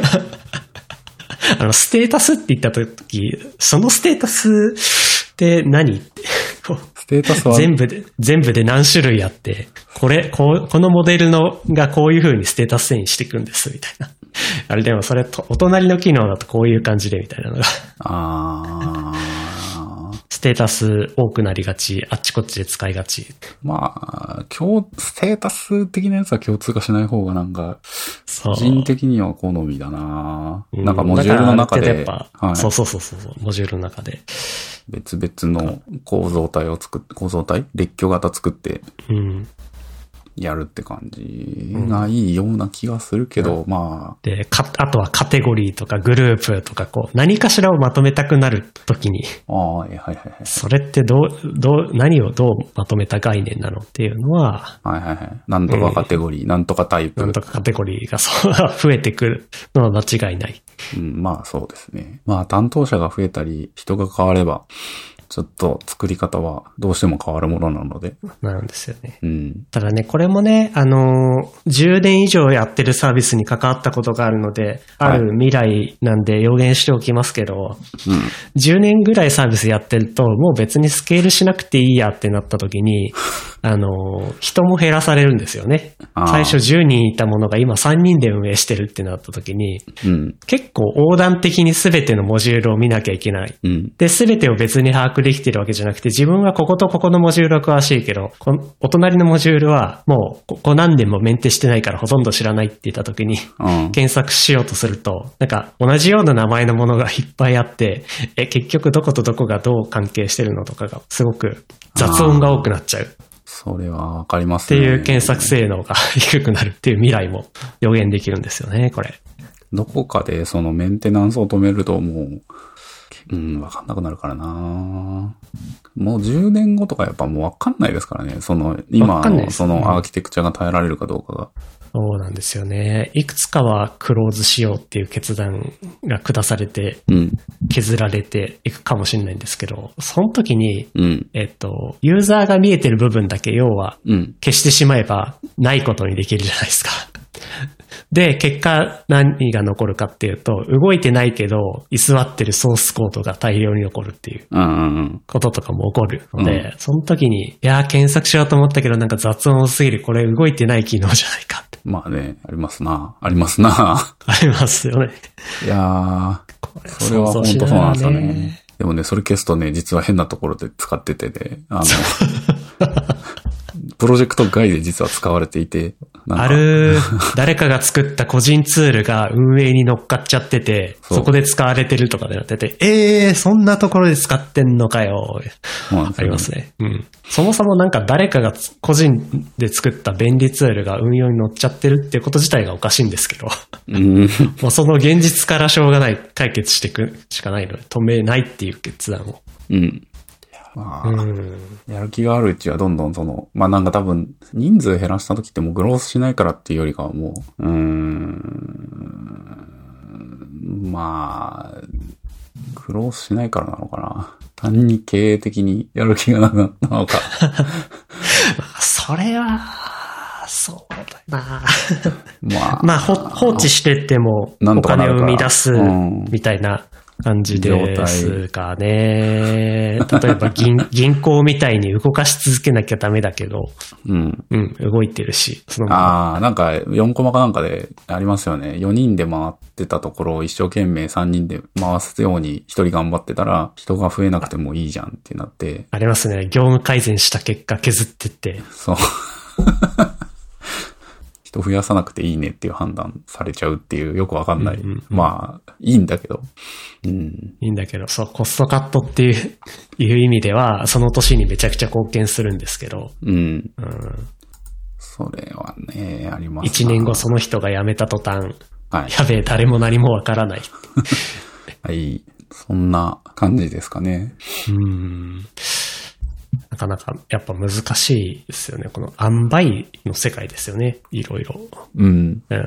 あの、ステータスって言ったとき、そのステータスって何ってこう
ステータスは
全部で、全部で何種類あって、これ、こう、このモデルのがこういう風にステータス遷移していくんです、みたいな。あれでもそれと、お隣の機能だとこういう感じで、みたいなのが。
あー。
ステータス多くなりがち、あっちこっちで使いがち。
まあ、共、ステータス的なやつは共通化しない方がなんか、個人的には好みだな、うん、なんかモジュールの中で、
はい、そうそうそうそう、モジュールの中で。
別々の構造体を作って、構造体列挙型作って、
うん。
やるって感じがいいような気がするけど、うん、まあ。
で、か、あとはカテゴリーとかグループとかこう、何かしらをまとめたくなるときに。
ああ、はいはいはい。
それってどう、どう、何をどうまとめた概念なのっていうのは。
はいはいはい。なんとかカテゴリー、うん、なんとかタイプ。
なんとかカテゴリーがそう、増えてくるのは間違いない。
うん、まあそうですね。まあ担当者が増えたり、人が変われば、ちょっと作り方はどうしても変わるものなので。
なんですよね。
うん。
ただね、これもね、あの、じゅうねん以上やってるサービスに関わったことがあるので、ある未来なんで予言しておきますけど、はい、うん、じゅうねんぐらいサービスやってると、もう別にスケールしなくていいやってなった時に、 あの、人も減らされるんですよね。最初じゅうにんいたものが今さんにんで運営してるってなった時に、うん、結構横断的に全てのモジュールを見なきゃいけない。うん、で、全てを別に把握できてるわけじゃなくて、自分はこことここのモジュールは詳しいけど、こお隣のモジュールはもうここ何年もメンテしてないからほとんど知らないって言った時に、うん、検索しようとすると、なんか同じような名前のものがいっぱいあって、え、結局どことどこがどう関係してるのとかがすごく雑音が多くなっちゃう。
それはわかりますね。
っていう検索性能が低くなるっていう未来も予言できるんですよね、これ。
どこかでそのメンテナンスを止めるともう、うん、わかんなくなるからな。もうじゅうねんごとかやっぱもうわかんないですからね。その、今のそのアーキテクチャが耐えられるかどうかが。
そうなんですよね。いくつかはクローズしようっていう決断が下されて、削られていくかもしれないんですけど、その時に、うん、えっと、ユーザーが見えてる部分だけ要は消してしまえばないことにできるじゃないですか。で、結果何が残るかっていうと、動いてないけど、居座ってるソースコードが大量に残るっていうこととかも起こるので、うん、その時に、いやー検索しようと思ったけどなんか雑音多すぎる、これ動いてない機能じゃないかって。
まあね、ありますな。ありますな。
ありますよね。
いやー、それは本当そうなんですよね。でもね、それ消すとね、実は変なところで使っててね、あの、プロジェクト外で実は使われていて、
ある、誰かが作った個人ツールが運営に乗っかっちゃってて、そ, そこで使われてるとかでなってて、えー、そんなところで使ってんのかよ。ありますね。うん。そもそもなんか誰かが個人で作った便利ツールが運用に乗っちゃってるっていうこと自体がおかしいんですけど、うん、もうその現実からしょうがない、解決していくしかないので、止めないっていう決断を。うん。
まあ、うん、やる気があるうちはどんどんその、まあなんか多分人数減らした時ってもうグロースしないからっていうよりかはもう、うーん、まあ、グロースしないからなのかな。単に経営的にやる気がなくなったのか。
それは、そうだな。まあ、まあ、放置してってもお金を生み出すみたいな。感じですかね。例えば銀、銀行みたいに動かし続けなきゃダメだけど、うん。うん、動いてるし。
そのああ、なんかよんコマかなんかでありますよね。よにんで回ってたところを一生懸命さんにんで回すようにひとり頑張ってたら、人が増えなくてもいいじゃんってなって。
ありますね。業務改善した結果削ってって。
そう。人増やさなくていいねっていう判断されちゃうっていうよくわかんない。うんうんうん、まあ、いいんだけど。
うん。いいんだけど、そう、コストカットっていう、いう意味では、その年にめちゃくちゃ貢献するんですけど。うん。うん、
それはね、ありますね。
一年後その人が辞めた途端、はい、やべえ、誰も何もわからない。
はい。そんな感じですかね。うん。
なかなかやっぱ難しいですよね。この塩梅の世界ですよね。いろいろ。うん。うん、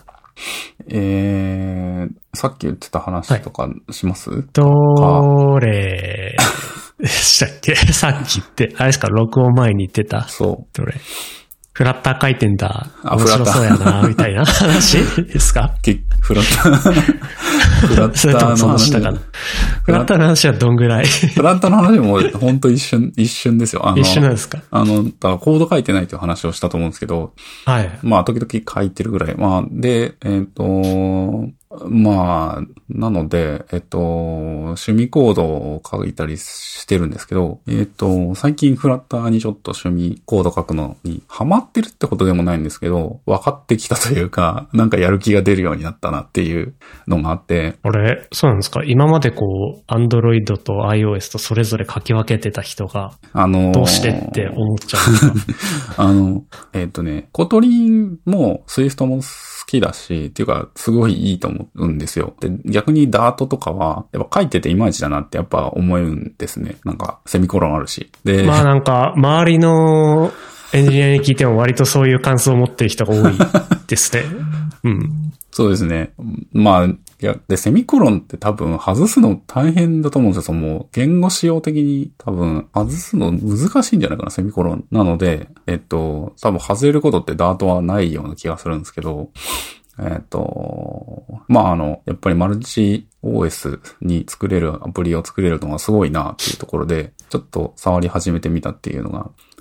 えー、さっき言ってた話とかします？はい、
どれでしたっけさっき言って、あれですか、録音前に言ってた。そう。どれフラッター書いてんだ。面白そうやな、みたいな話ですか？
フラッター。フラッターの話。
フラッターの話はどんぐらい？
フラッターの話もほんと一瞬、一瞬ですよ。あの
一瞬なんですか？
あの、だからコード書いてないという話をしたと思うんですけど。はい。まあ、時々書いてるぐらい。まあ、で、えっと、まあ、なので、えっと、趣味コードを書いたりしてるんですけど、えっと、最近フラッターにちょっと趣味コード書くのにハマってるってことでもないんですけど、分かってきたというか、なんかやる気が出るようになったなっていうのがあって。
あれ、そうなんですか？今までこう、Android と iOS とそれぞれ書き分けてた人が、あのー、どうしてって思っちゃうんですか？
あの、えっとね、コトリンも Swift も好きだし、っていうか、すごいいいと思うんですよ。で、逆にダートとかは、やっぱ書いてていまいちだなってやっぱ思うんですね。なんか、セミコロンあるし。で、
まあなんか、周りのエンジニアに聞いても割とそういう感想を持ってる人が多いですね。うん。
そうですね。まあ、いや、で、セミコロンって多分外すの大変だと思うんですよ。もう、言語仕様的に多分外すの難しいんじゃないかな、セミコロン。なので、えっと、多分外れることってダートはないような気がするんですけど、えっと、まあ、あの、やっぱりマルチ オーエス に作れるアプリを作れるのがすごいなっていうところで、ちょっと触り始めてみたっていうのが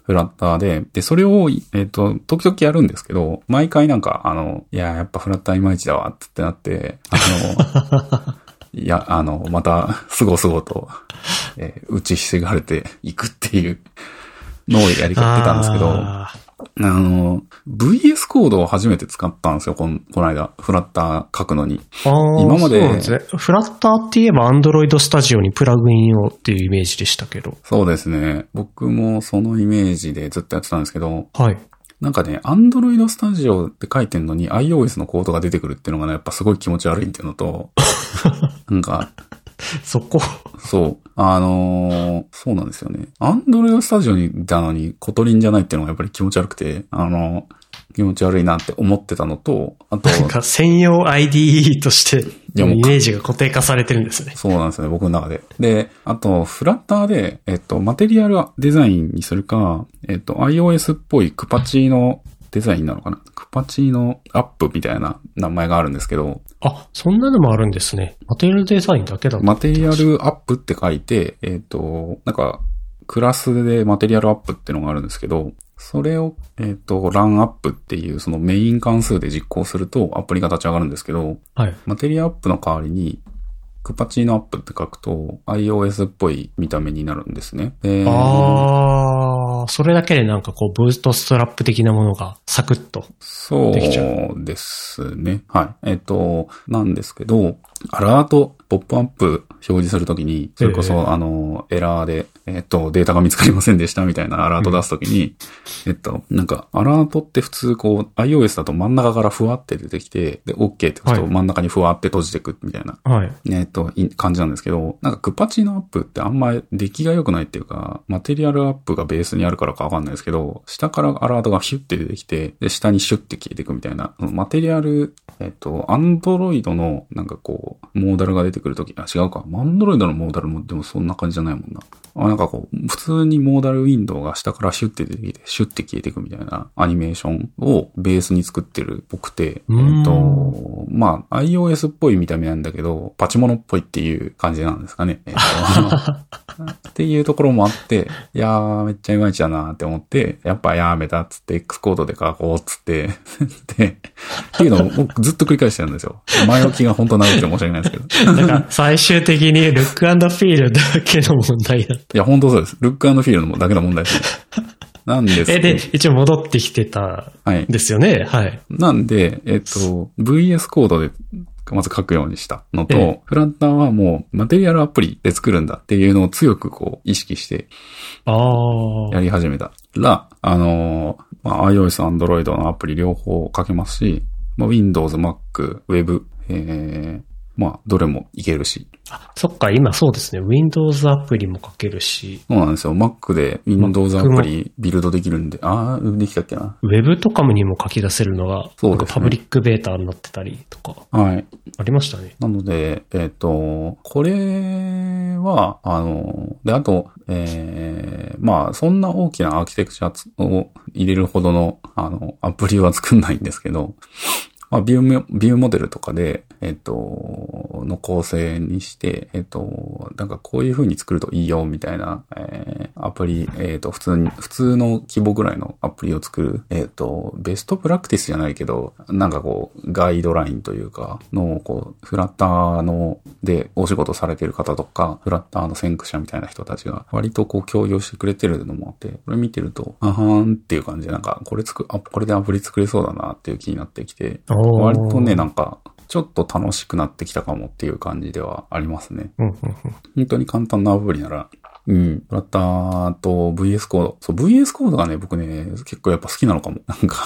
フラッターで、で、それを、えっと、時々やるんですけど、毎回なんか、あの、いや、やっぱフラッターいまいちだわ、ってなって、あの、いや、あの、また、すごすごと、えー、打ちひしがれていくっていうのをやりかってたんですけど、あの、ブイエス コードを初めて使ったんですよ、この、この間、フラッター書くのに。
今まで。そうですね。フラッターって言えば Android Studio にプラグインをっていうイメージでしたけど。
そうですね。僕もそのイメージでずっとやってたんですけど、
はい。
なんかね、Android Studio って書いてんのに iOS のコードが出てくるっていうのがね、やっぱすごい気持ち悪いっていうのと、なんか、
そこ。
そう。あのー、そうなんですよね。Android Studio にだのにコトリンじゃないっていうのがやっぱり気持ち悪くて、あの、気持ち悪いなって思ってたのと、あと、
なんか専用 アイディーイー としてイメージが固定化されてるんですね。
そうなんですよね、僕の中で。で、あと、フラッターで、えっと、マテリアルデザインにするか、えっと、iOS っぽいクパチーノデザインなのかな、クパチーノアップみたいな名前があるんですけど。
あ、そんなのもあるんですね。マテリアルデザインだけだと。
マテリアルアップって書いて、えっと、なんか、クラスでマテリアルアップっていうのがあるんですけど、それを、えっと、ランアップっていうそのメイン関数で実行するとアプリが立ち上がるんですけど、
はい。
マテリアルアップの代わりに、クパチーノアップって書くと iOS っぽい見た目になるんですね。
ああ、それだけでなんかこうブーストストラップ的なものがサクッとできちゃう。
そうですね。はい。えっと、なんですけど、アラート、ポップアップ表示するときに、それこそ、えー、あの、エラーで、えっと、データが見つかりませんでしたみたいなアラート出すときに、うん、えっと、なんか、アラートって普通こう、iOS だと真ん中からふわって出てきて、で、OK って押すと真ん中にふわって閉じてくみたいな、
はい、
えっと、感じなんですけど、なんかクパチのアップってあんまり出来が良くないっていうか、マテリアルアップがベースにあるからかわかんないですけど、下からアラートがヒュッて出てきて、で、下にシュッて消えていくみたいな、マテリアル、えっと、Android のなんかこう、モーダルが出てくるとき、あ、違うか。Android のモーダルもでもそんな感じじゃないもんな。あ、なんかこう、普通にモーダルウィンドウが下からシュッて出てきて、シュッて消えていくみたいなアニメーションをベースに作ってるっぽくて、えっと、まあ、iOS っぽい見た目なんだけど、パチモノっぽいっていう感じなんですかね。えっと、っていうところもあって、いやー、めっちゃいまいちだなって思って、やっぱやめたっつって、X コードで書こうっつって、で、っていうのをずっと繰り返してるんですよ。前置きが本当長くて申し訳ないですけど。
なんか最終的にルック&フィールだけの問題だった。
いや、本当そうです。ルック&フィールだけの問題ですね。なんですけど。
え、で、一応戻ってきてたんですよね。はい。はい、
なんで、えっと、ブイエス コードでまず書くようにしたのと、ええ、フラッターはもうマテリアルアプリで作るんだっていうのを強くこう意識してやり始めたら、あ, あの、まあ、iOS、Android のアプリ両方書けますし、まあ、Windows、Mac、Web、えー、まあ、どれもいけるし。
あ、そっか、今そうですね。Windows アプリも書けるし。
そうなんですよ。Mac で Windows アプリビルドできるんで。ああ、できたっけな。
Web とかにも書き出せるのが、そうですね。パブリックベータになってたりとか。
はい。あ
りましたね。
なので、えっと、これは、あの、で、あと、えー、まあ、そんな大きなアーキテクチャを入れるほどの、あの、アプリは作んないんですけど、まあ、ビュー、ビューモデルとかで、えっと、の構成にして、えっと、なんかこういう風に作るといいよ、みたいな、えー、アプリ、えっと、普通に、普通の規模ぐらいのアプリを作る、えっと、ベストプラクティスじゃないけど、なんかこう、ガイドラインというか、の、こう、フラッターの、で、お仕事されてる方とか、フラッターの先駆者みたいな人たちが、割とこう、共有してくれてるのもあって、これ見てると、あはーんっていう感じで、なんか、これ作、あ、これでアプリ作れそうだなっていう気になってきて、割とね、なんか、ちょっと楽しくなってきたかもっていう感じではありますね。
うんうんうん、
本当に簡単なアプリなら、うん。フラッターと ブイエス コード。そう、ブイエス コードがね、僕ね、結構やっぱ好きなのかも。なんか。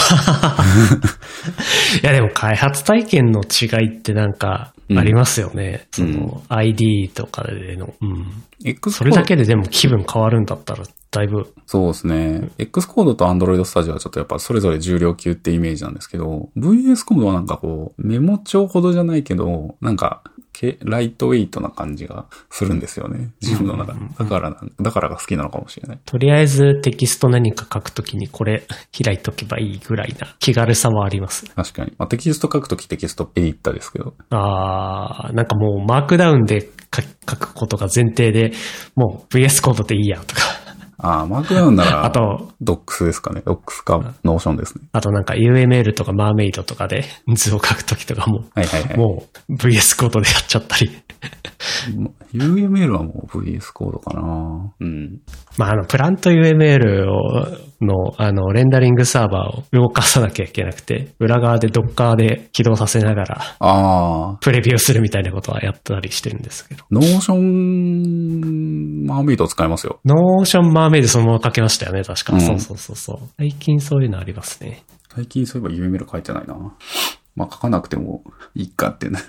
いやでも開発体験の違いってなんかありますよね。うん、その アイディー とかでの。うん。X それだけででも気分変わるんだったらだいぶ。
そうですね。X コードと Android Studio はちょっとやっぱそれぞれ重量級ってイメージなんですけど、ブイエス コードはなんかこう、メモ帳ほどじゃないけど、なんか、ライトウェイトな感じがするんですよね。自分の中で。だから、だからが好きなのかもしれない。
とりあえずテキスト何か書くときにこれ開いとけばいいぐらいな気軽さはあります。
確かに。まあ、テキスト書くときテキストエディッターですけど。
あー、なんかもうマークダウンで書くことが前提で、もう ブイエス コードでいいやとか。
ああ、マークダウンなら、
あと、
ドックスですかね。ドックスか、ノーションですね。
あとなんか ユーエムエル とかマーメイドとかで図を書くときとかも、
はいはいはい。も
う ブイエス コードでやっちゃったり。
ユーエムエル はもう ブイエス コードかな。うん。
まあ、あの、プラント ユーエムエル を、の、あの、レンダリングサーバーを動かさなきゃいけなくて、裏側で Docker で起動させながら、ああ。プレビューするみたいなことはやったりしてるんですけど。
ノーション、マーメイドを使いますよ。
ノーションマーメイドそのまま書けましたよね、確か。うん、そうそうそうそう。最近そういうのありますね。
最近そういえば ユーエムエル 書いてないな。まあ、書かなくてもいいかってね。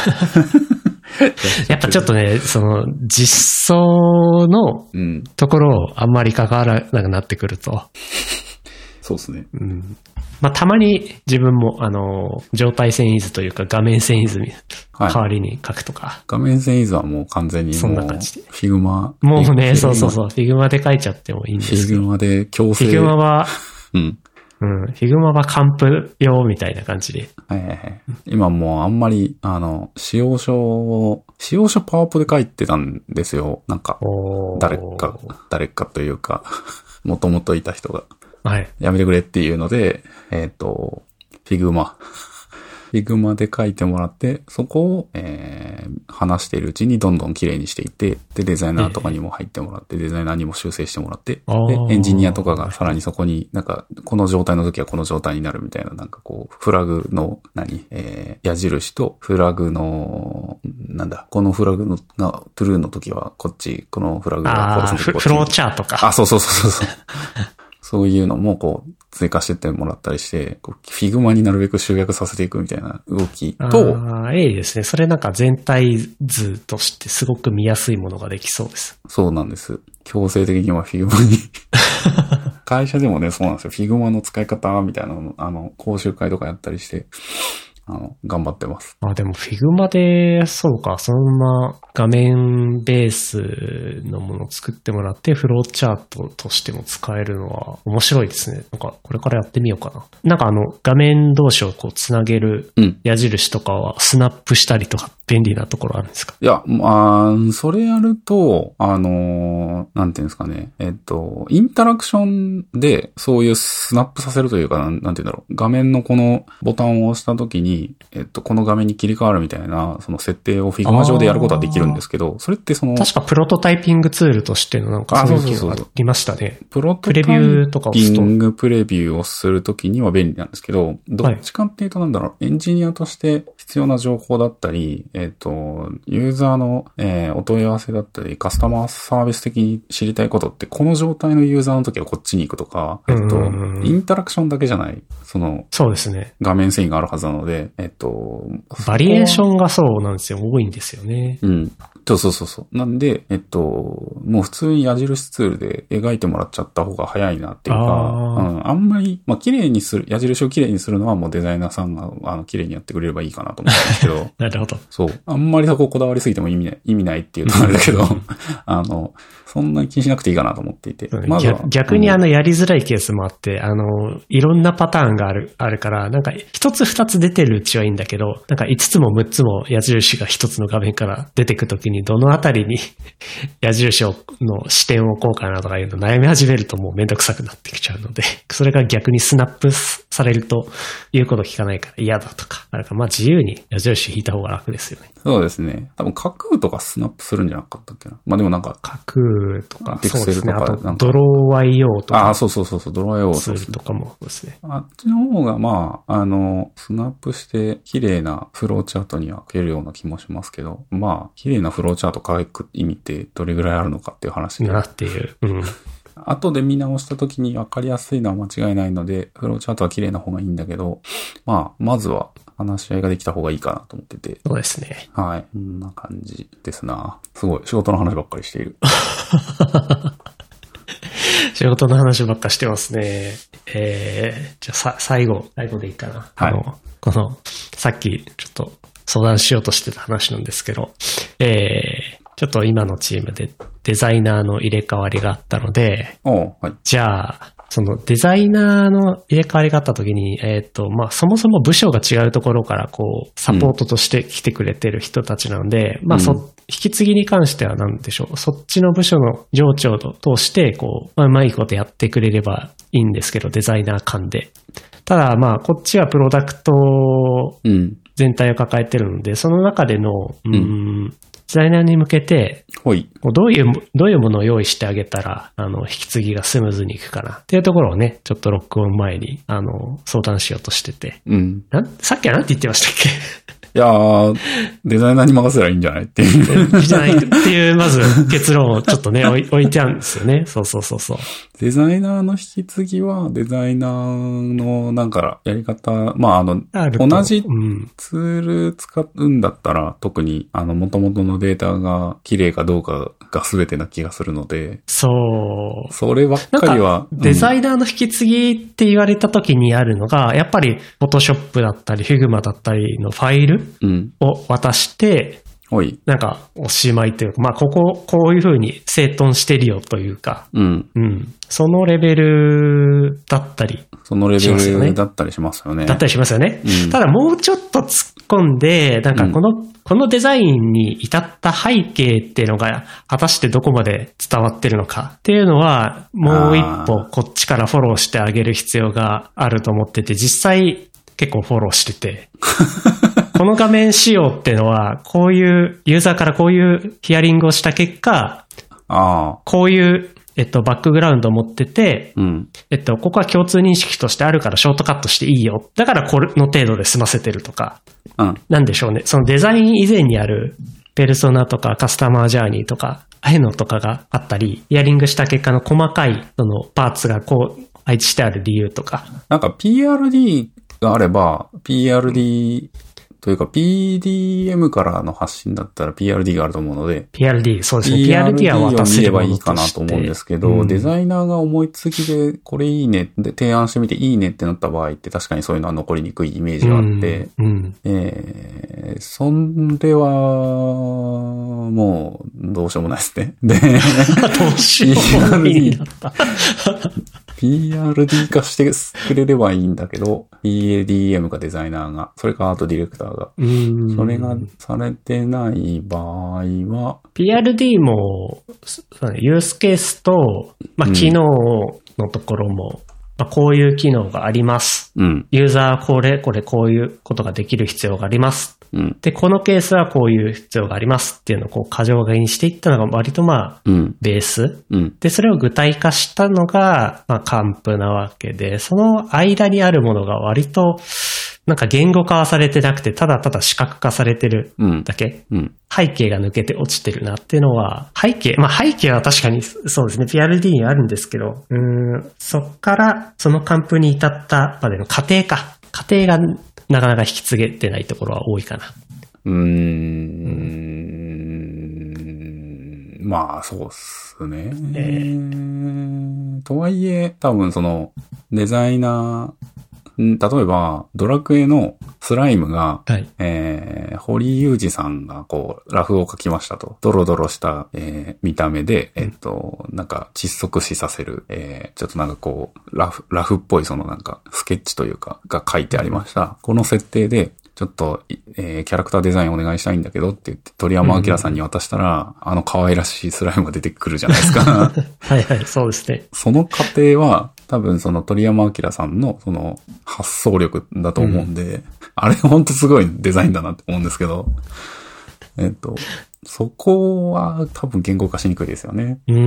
やっぱちょっとね、その、実装のところをあんまり関わらなくなってくると。うん、
そうですね。
うん。まあ、たまに自分も、あの、状態遷移図というか画面遷移図に代わりに書くとか。はい、
画面遷移図はもう完全にもう、そんな感じで。フィグマ。
もうね、そうそうそう。フィグマで書いちゃってもいいんですけど。
フィグマで強制。
フィグマは、
うん。
うん。フィグマはカンプ用みたいな感じで。
はいはいはい。今もうあんまり、あの、使用書を、使用書パワーポで書いてたんですよ。なんか、誰か、誰かというか、もともといた人が。
はい。
やめてくれっていうので、えっと、フィグマ。フィグマで書いてもらって、そこを、えー、話しているうちにどんどん綺麗にしていって、で、デザイナーとかにも入ってもらって、えー、デザイナーにも修正してもらって、で、エンジニアとかがさらにそこになんか、この状態の時はこの状態になるみたいな、なんかこう、フラグの何、えー、矢印と、フラグの、なんだ、このフラグのが、トゥルーの時はこっち、このフラグが
フォルスの時はこっち。フローチャートか。
あ、そうそうそうそう。そういうのもこう追加してってもらったりして、フィグマになるべく集約させていくみたいな動きと。
ああ、いいですね。それなんか全体図としてすごく見やすいものができそうです。
そうなんです。強制的にはフィグマに。会社でもね、そうなんですよ。フィグマの使い方みたいなの、あの、講習会とかやったりして。あの、頑張ってます。
あ、でも Figma で、そうか、そのまま画面ベースのものを作ってもらって、フローチャートとしても使えるのは面白いですね。なんか、これからやってみようかな。なんかあの、画面同士をこう、つなげる矢印とかは、スナップしたりとか、便利なところあるんですか？
いや、まあ、それやると、あの、なんていうんですかね。えっと、インタラクションで、そういうスナップさせるというか、なん、なんていうんだろう。画面のこのボタンを押したときに、えっと、この画面に切り替わるみたいな、その設定を Figma 上でやることはできるんですけど、それってその、
確かプロトタイピングツールとしてのなんかそういう機能がありましたね。
プロトタイピングプレビューをするときには便利なんですけど、どっちかっていうとなんだろう、エンジニアとして必要な情報だったり、えっと、ユーザーの、えー、お問い合わせだったり、カスタマーサービス的に知りたいことって、この状態のユーザーの時はこっちに行くとか、えっと、インタラクションだけじゃない、その、
そうですね。
画面遷移があるはずなので、えっと、
バリエーションがそうなんですよ。多いんですよね。
うん。そうそうそうそう。なんで、えっと、もう普通に矢印ツールで描いてもらっちゃった方が早いなっていうか、あ,、うん、あんまり、まあ、綺麗にする、矢印を綺麗にするのはもうデザイナーさんが、あの、綺麗にやってくれればいいかなと思ったんですけど。
なるほど。
そう。あんまりそここだわりすぎても意味ない、意味ないっていうとあれだけど、あの、そんなに気にしなくていいかなと思っていて。
まずは逆にあの、やりづらいケースもあって、あの、いろんなパターンがある、あるから、なんか、一つ二つ出てるうちはいいんだけど、なんか五つも六つも矢印が一つの画面から出てくときに、どのあたりに矢印をの視点を置こうかなとかいうの悩み始めるともうめんどくさくなってきちゃうので、それが逆にスナップされると言うこと聞かないから嫌だとか、あれかまあ自由に矢印引いた方が楽ですよね。
そうですね。多分架空とかスナップするんじゃなかったっけな。まあでもなんか。
架空とか、
ピクセルとか、
そうですね。あとドロー ワイオー とか。
ああ、そうそうそうそう、ドロー ワイオー
ツールとかもですね。
あっちの方がまあ、あの、スナップして綺麗なフローチャートには書けるような気もしますけど、まあ、綺麗なフローチャート書く意味ってどれぐらいあるのかっていう話で。
なっていう。うん。
後で見直した時に分かりやすいのは間違いないので、フローチャートは綺麗な方がいいんだけど、まあ、まずは話し合いができた方がいいかなと思ってて。
そうですね。
はい。こんな感じですな。すごい、仕事の話ばっかりしている。
仕事の話ばっかしてますね。えー、じゃあさ、最後、最後でいいかな。
はい。
あの、この、さっきちょっと相談しようとしてた話なんですけど、えー、ちょっと今のチームでデザイナーの入れ替わりがあったので、
お、はい、
じゃあ、 そのデザイナーの入れ替わりがあった時に、えっと、まあ、そもそも部署が違うところからこう、サポートとして来てくれてる人たちなので、うん、まあ、そ、引き継ぎに関しては何でしょう。そっちの部署の上長と通して、こう、まあ、うまいことやってくれればいいんですけど、デザイナー間で。ただ、まあ、こっちはプロダクト全体を抱えてるので、その中での、うん、うんデザイナーに向けて、
はい。
どういう、どういうものを用意してあげたら、あの、引き継ぎがスムーズにいくかなっていうところをね、ちょっと録音前に、あの、相談しようとしてて。
うん。
なんさっきは何て言ってましたっけ
いやー、デザイナーに任せたらいいんじゃないっていう。
じゃないっていう、まず結論をちょっとね、置い、置いてあるんですよね。そうそうそうそう。
デザイナーの引き継ぎは、デザイナーのなんかやり方、まああの、同じツール使うんだったら、うん、特にあの元々のデータが綺麗かどうかが全てな気がするので。
そう。
そればっかりは。
デザイナーの引き継ぎって言われた時にあるのが、やっぱり Photoshop だったり Figma だったりのファイルを渡して、
うん、
なんかおしまいというか、まあここ、こういう風に整頓してるよというか、
うん。
うん。そのレベルだったり、
そのレベルだったりしますよね。
だったりしますよね。
うん、
ただもうちょっと突っ込んで、なんかこの、うん、このデザインに至った背景っていうのが果たしてどこまで伝わってるのかっていうのは、もう一歩こっちからフォローしてあげる必要があると思ってて、実際結構フォローしてて。この画面仕様っていうのは、こういうユーザーからこういうヒアリングをした結果、
あ
こういう、えっと、バックグラウンドを持ってて、
うん、
えっと、ここは共通認識としてあるからショートカットしていいよ。だからこれの程度で済ませてるとか、
うん、
なんでしょうね。そのデザイン以前にあるペルソナとかカスタマージャーニーとか、ああいうのとかがあったり、ヒアリングした結果の細かいそのパーツがこう配置してある理由とか。
なんか ピーアールディー があれば、ピーアールディー、というか ピーディーエム からの発信だったら ピーアールディー があると思うので。
ピーアールディー、そうですね。ピーアールディー は渡せるものとして。
見ればいいかなと思うんですけど、うん、デザイナーが思いつきでこれいいねって提案してみていいねってなった場合って確かにそういうのは残りにくいイメージがあって、
うんうん、
えー、それはもうどうしようもないですね。で、
どうしようもないんだった。
ピーアールディー 化してくれればいいんだけど、ピーディーエム かデザイナーが、それかアートディレクターが、それがされてない場合は、
ピーアールディー も、ユースケースと、まあ、機能のところも、まあ、こういう機能があります。
うん、
ユーザーこれ、これこういうことができる必要があります。
うん、
で、このケースはこういう必要がありますっていうのをこう過剰書きにしていったのが割とまあ、
うん、
ベース、
うん。
で、それを具体化したのが、まあ、カンプなわけで、その間にあるものが割と、なんか言語化はされてなくて、ただただ視覚化されてるだけ、
うんうん、
背景が抜けて落ちてるなっていうのは、背景、まあ背景は確かにそうですね、ピーアールディー にあるんですけど、うーん、そっからそのカンプに至ったまでの過程か。過程がなかなか引き継げてないところは多いかな。
うーん、まあそうっすね。えー、とはいえ、多分そのデザイナー、例えば、ドラクエのスライムが、
はい、
えー、堀裕二さんがこう、ラフを書きましたと。ドロドロした、えー、見た目で、えっと、なんか窒息死させる、えー、ちょっとなんかこう、ラフ、ラフっぽいそのなんか、スケッチというか、が書いてありました。この設定で、ちょっと、えー、キャラクターデザインお願いしたいんだけどって言って、鳥山明さんに渡したら、うん、あの可愛らしいスライムが出てくるじゃないですか。
はいはい、そうですね。
その過程は、多分その鳥山明さんのその発想力だと思うんで、うん、あれほんとすごいデザインだなって思うんですけど、えっと、そこは多分言語化しにくいですよね。
うん。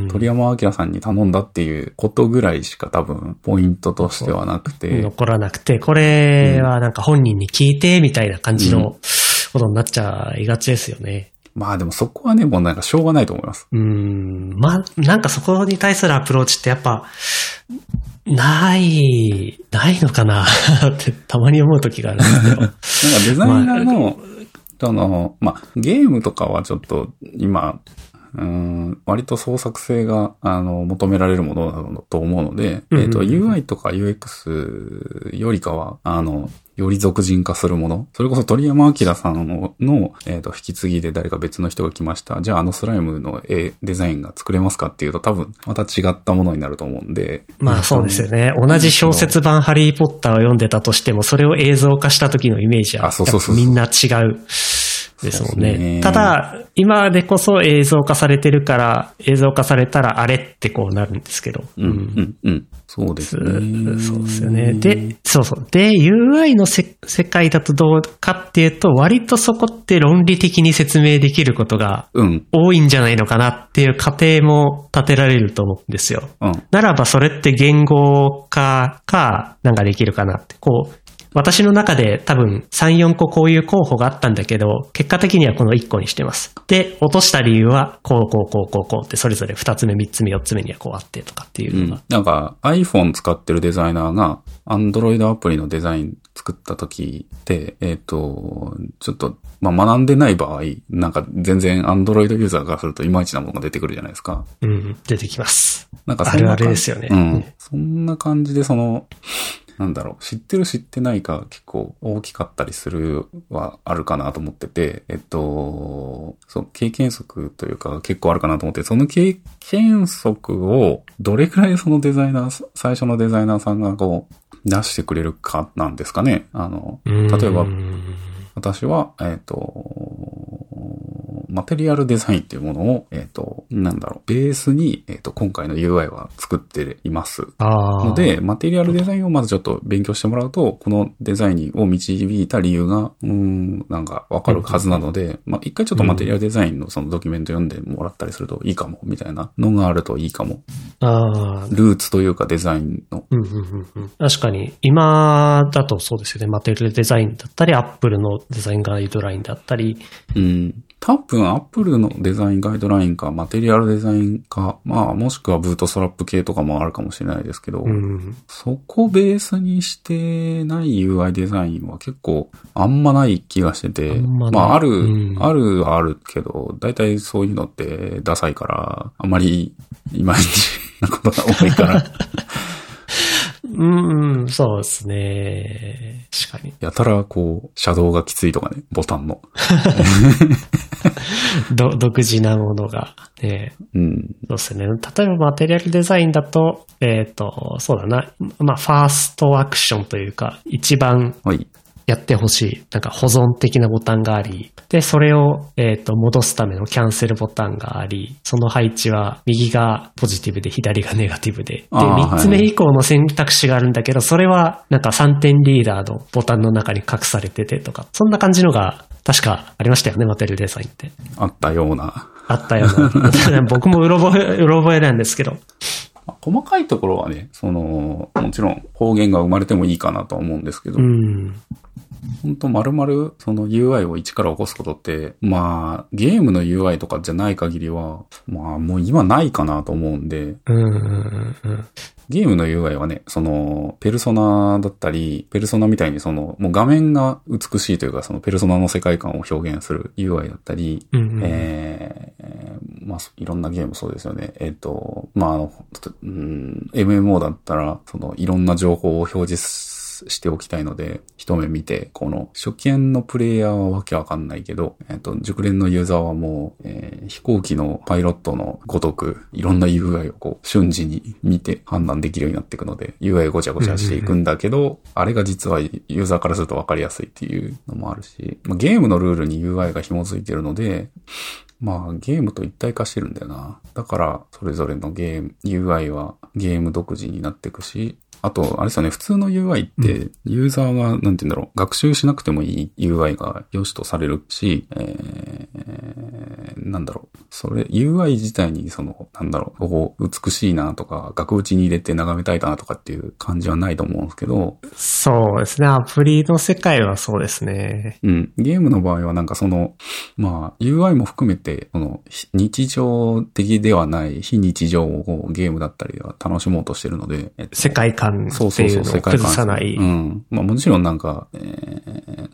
鳥山明さんに頼んだっていうことぐらいしか多分ポイントとしてはなくて。
残らなくて、これはなんか本人に聞いてみたいな感じのことになっちゃいがちですよね。
うん、まあでもそこはね、もうなんかしょうがないと思います。
うーん。まあ、なんかそこに対するアプローチってやっぱ、ない、ないのかなってたまに思う時があるんですけど。なんか
デザイナーの、まあ、その、まあ、ゲームとかはちょっと今、 うーん、割と創作性が、あの、求められるものだと思うので、うんうんうん、えっと、ユーアイ とか ユーエックス よりかは、あの、より俗人化するもの。それこそ鳥山明さんの、のえっと、引き継ぎで誰か別の人が来ました。じゃああのスライムの絵、デザインが作れますかっていうと多分、また違ったものになると思うんで。
まあそうですよね。同じ小説版ハリーポッターを読んでたとしても、それを映像化した時のイメージは、みんな違う。ですもんね。ねただ、今でこそ映像化されてるから、映像化されたらあれってこうなるんですけど。
うん、うん、うん。そうですね。
そうですよね。で、そうそう。で、ユーアイ のせ世界だとどうかっていうと、割とそこって論理的に説明できることが多いんじゃないのかなっていう過程も立てられると思うんですよ。うん、ならばそれって言語化か、なんかできるかなって、こう、私の中で多分さん、よんここういう候補があったんだけど、結果的にはこのいっこにしてます。で、落とした理由は、こうこうこうこうこうってそれぞれふたつめ、みっつめ、よっつめにはこうあってとかっていうのが、
うん。なんか iPhone 使ってるデザイナーが Android アプリのデザイン作った時って、えっと、ちょっと、まあ、学んでない場合、なんか全然 Android ユーザーからするといまいちなものが出てくるじゃないですか。
うん、出てきます。
なんかそんな
あるあるですよね。
うん。そんな感じでその、なんだろう、知ってる知ってないか結構大きかったりするはあるかなと思ってて、えっと、そう、経験則というか結構あるかなと思って、その経験則をどれくらいそのデザイナー、最初のデザイナーさんがこう出してくれるかなんですかね。あの、例えば、私は、えっと、マテリアルデザインっていうものを、えっと、なんだろう、ベースに、えっと、今回の ユーアイ は作っています。ので、マテリアルデザインをまずちょっと勉強してもらうと、このデザインを導いた理由が、うーん、なんかわかるはずなので、まあ、一回ちょっとマテリアルデザインのそのドキュメント読んでもらったりするといいかも、みたいなのがあるといいかも。
あ
ルーツというかデザインの。
うんうんうんうん、確かに、今だとそうですよね。マテリアルデザインだったり、アップルのデザインガイドラインだったり。
うん。多分、アップルのデザインガイドラインか、マテリアルデザインか、まあ、もしくはブートストラップ系とかもあるかもしれないですけど、うん、そこベースにしてない ユーアイ デザインは結構あんまない気がしてて、あま, まあ、ある、うん、あるはあるけど、だいたいそういうのってダサいから、あんまりいまいちなことが多いから。
うん、うん、そうですね。確かに。
やたらこう、シャドウがきついとかね、ボタンの。
ど独自なものが、ね。うん。そうですね。例えばマテリアルデザインだと、えっと、そうだな。まあ、ファーストアクションというか、一番、はいやってほしい。なんか保存的なボタンがあり、で、それを、えっと、戻すためのキャンセルボタンがあり、その配置は右がポジティブで左がネガティブで、で、みっつめ以降の選択肢があるんだけど、それはなんかさんてんリーダーのボタンの中に隠されててとか、そんな感じのが確かありましたよね、マテリアルデザインって。
あったような。
あったような。僕もうろ覚え、うろ覚えなんですけど。
細かいところはね、その、もちろん方言が生まれてもいいかなとは思うんですけど、うん本当丸々その ユーアイ を一から起こすことって、まあ、ゲームの ユーアイ とかじゃない限りは、まあもう今ないかなと思うんで、うんうんうん、ゲームの ユーアイ はね、その、ペルソナだったり、ペルソナみたいにその、もう画面が美しいというか、そのペルソナの世界観を表現する ユーアイ だったり、うんうん、えー、まあ、いろんなゲームそうですよね。えっと、まあ、あの、うん、エムエムオー だったら、その、いろんな情報を表示すしておきたいので、一目見て、この初見のプレイヤーはわけわかんないけど、えっと、熟練のユーザーはもう、えー、飛行機のパイロットのごとく、いろんな ユーアイ をこう、瞬時に見て判断できるようになっていくので、ユーアイ ごちゃごちゃしていくんだけど、うんうんうん、あれが実はユーザーからするとわかりやすいっていうのもあるし、まあ、ゲームのルールに ユーアイ が紐づいてるので、まあ、ゲームと一体化してるんだよな。だから、それぞれのゲーム、ユーアイ はゲーム独自になっていくし、あと、あれですよね、普通の ユーアイ って、ユーザーが、なんて言うんだろう、学習しなくてもいい ユーアイ が良しとされるし、えー、なんだろう、それ、ユーアイ 自体に、その、なんだろう、ここ美しいなとか、額縁に入れて眺めたいなとかっていう感じはないと思うんですけど。
そうですね、アプリの世界はそうですね。
うん。ゲームの場合はなんかその、まあ、ユーアイ も含めて、その、日常的ではない非日常をゲームだったりでは楽しもうとしてるので、
えっと、世界観っていうのを崩さない。
うん。まあもちろんなんか、えー、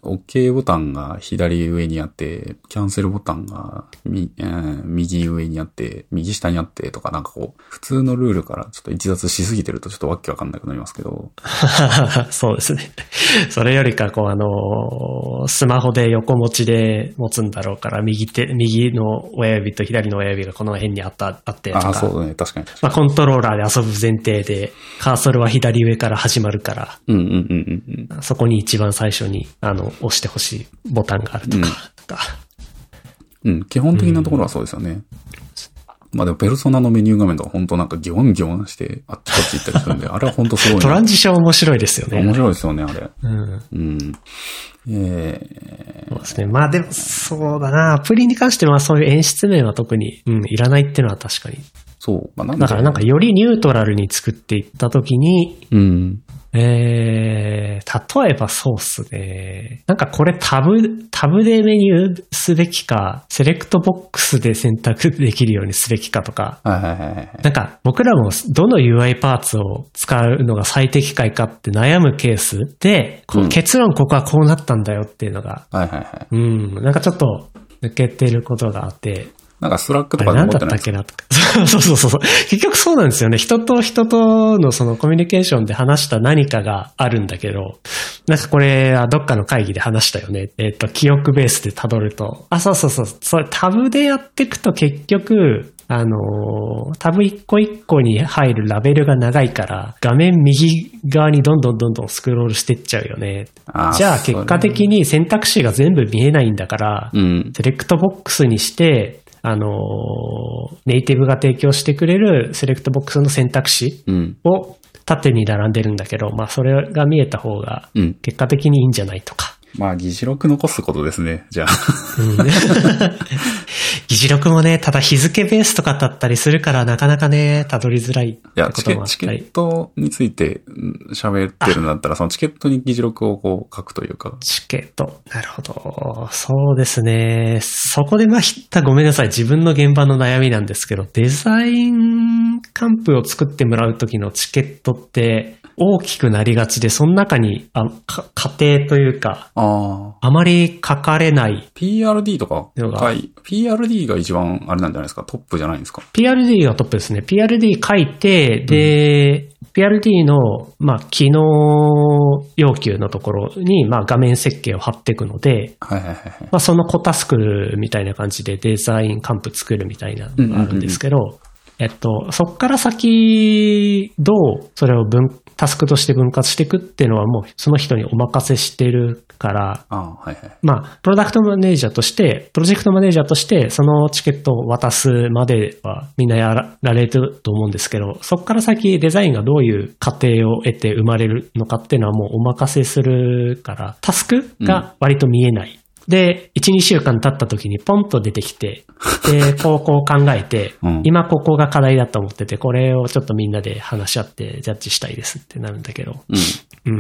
OK ボタンが左上にあって、キャンセルボタンがみ、えー、右上にあって、右下にあってとかなんかこう、普通のルールからちょっと逸脱しすぎてるとちょっとわけわかんなくなりますけど。
そうですね。それよりか、こうあのー、スマホで横持ちで持つんだろうから、右手、右の親指と左の親指がこの辺にあった、あってとか。
ああ、そうだね。確かに確かに。
まあ、コントローラーで遊ぶ前提で、カーソルは左上から始まるから、
うんうんうんうんうん。
そこに一番最初に、あの、押してほしいボタンがあるとか。
うん、うん、基本的なところはそうですよね。うん、まあでも、ペルソナのメニュー画面とか本当なんかギョンギョンして、あっちこっち行ったりするんで、あれは本当すごい、ね。
トランジション面白いですよね。
面白いですよね、あれ。
うん。
うん。えー、
そうですね。まあでも、そうだな。アプリに関してはそういう演出面は特に、うん、いらないっていうのは確かに。
そう。まあ、なん
だからなんかよりニュートラルに作っていったときに、
うん。
えー、例えばそうっすね。なんかこれタブ、タブでメニューすべきか、セレクトボックスで選択できるようにすべきかとか、
はいはいはいはい、
なんか僕らもどの ユーアイ パーツを使うのが最適解かって悩むケースで、うん、結論ここはこうなったんだよっていうのが、
はいはいはい、
うん、なんかちょっと抜けてることがあって、
なんかスラックとかで思ってないですか？
何だったっけなとか。そうそうそうそう。結局そうなんですよね。人と人とのそのコミュニケーションで話した何かがあるんだけど、なんかこれはどっかの会議で話したよね。えっと、記憶ベースで辿ると。あ、そうそうそう。それタブでやっていくと結局、あの、タブ一個一個に入るラベルが長いから、画面右側にどんどんどんどんスクロールしていっちゃうよね。あじゃあ結果的に選択肢が全部見えないんだから、うん、セレクトボックスにして、あの、ネイティブが提供してくれるセレクトボックスの選択肢を縦に並んでるんだけど、うん、まあそれが見えた方が結果的にいいんじゃないとか。
まあ議事録残すことですね、じゃあ。うん、
議事録もね、ただ日付ベースとかだったりするからなかなかね、たどりづらいこともあったり。いや、
チケットについて喋ってるんだったら、そのチケットに議事録をこう書くというか。
チケット。なるほど。そうですね。そこでまあ、ごめんなさい。自分の現場の悩みなんですけど、デザインカンプを作ってもらうときのチケットって、大きくなりがちで、その中に、あか家庭というか、あ, あまり書かれない。
ピーアールディー とか、はい。ピーアールディー が一番あれなんじゃないですか？トップじゃないんですか？
ピーアールディー がトップですね。ピーアールディー 書いて、で、うん、ピーアールディー の、まあ、機能要求のところに、まあ、画面設計を貼っていくので、
はいはいはい。
まあ、その小タスクみたいな感じでデザインカンプ作るみたいなのがあるんですけど、うんうんうん、えっと、そっから先、どうそれを分、タスクとして分割していくっていうのはもうその人にお任せしてるから、
ああ、はいはい。
まあ、プロダクトマネージャーとして、プロジェクトマネージャーとして、そのチケットを渡すまではみんなやられてると思うんですけど、そっから先デザインがどういう過程を得て生まれるのかっていうのはもうお任せするから、タスクが割と見えない。うんで、いち、にしゅうかん経った時にポンと出てきて、で、こうこう考えて、うん、今ここが課題だと思ってて、これをちょっとみんなで話し合ってジャッジしたいですってなるんだけど、うん、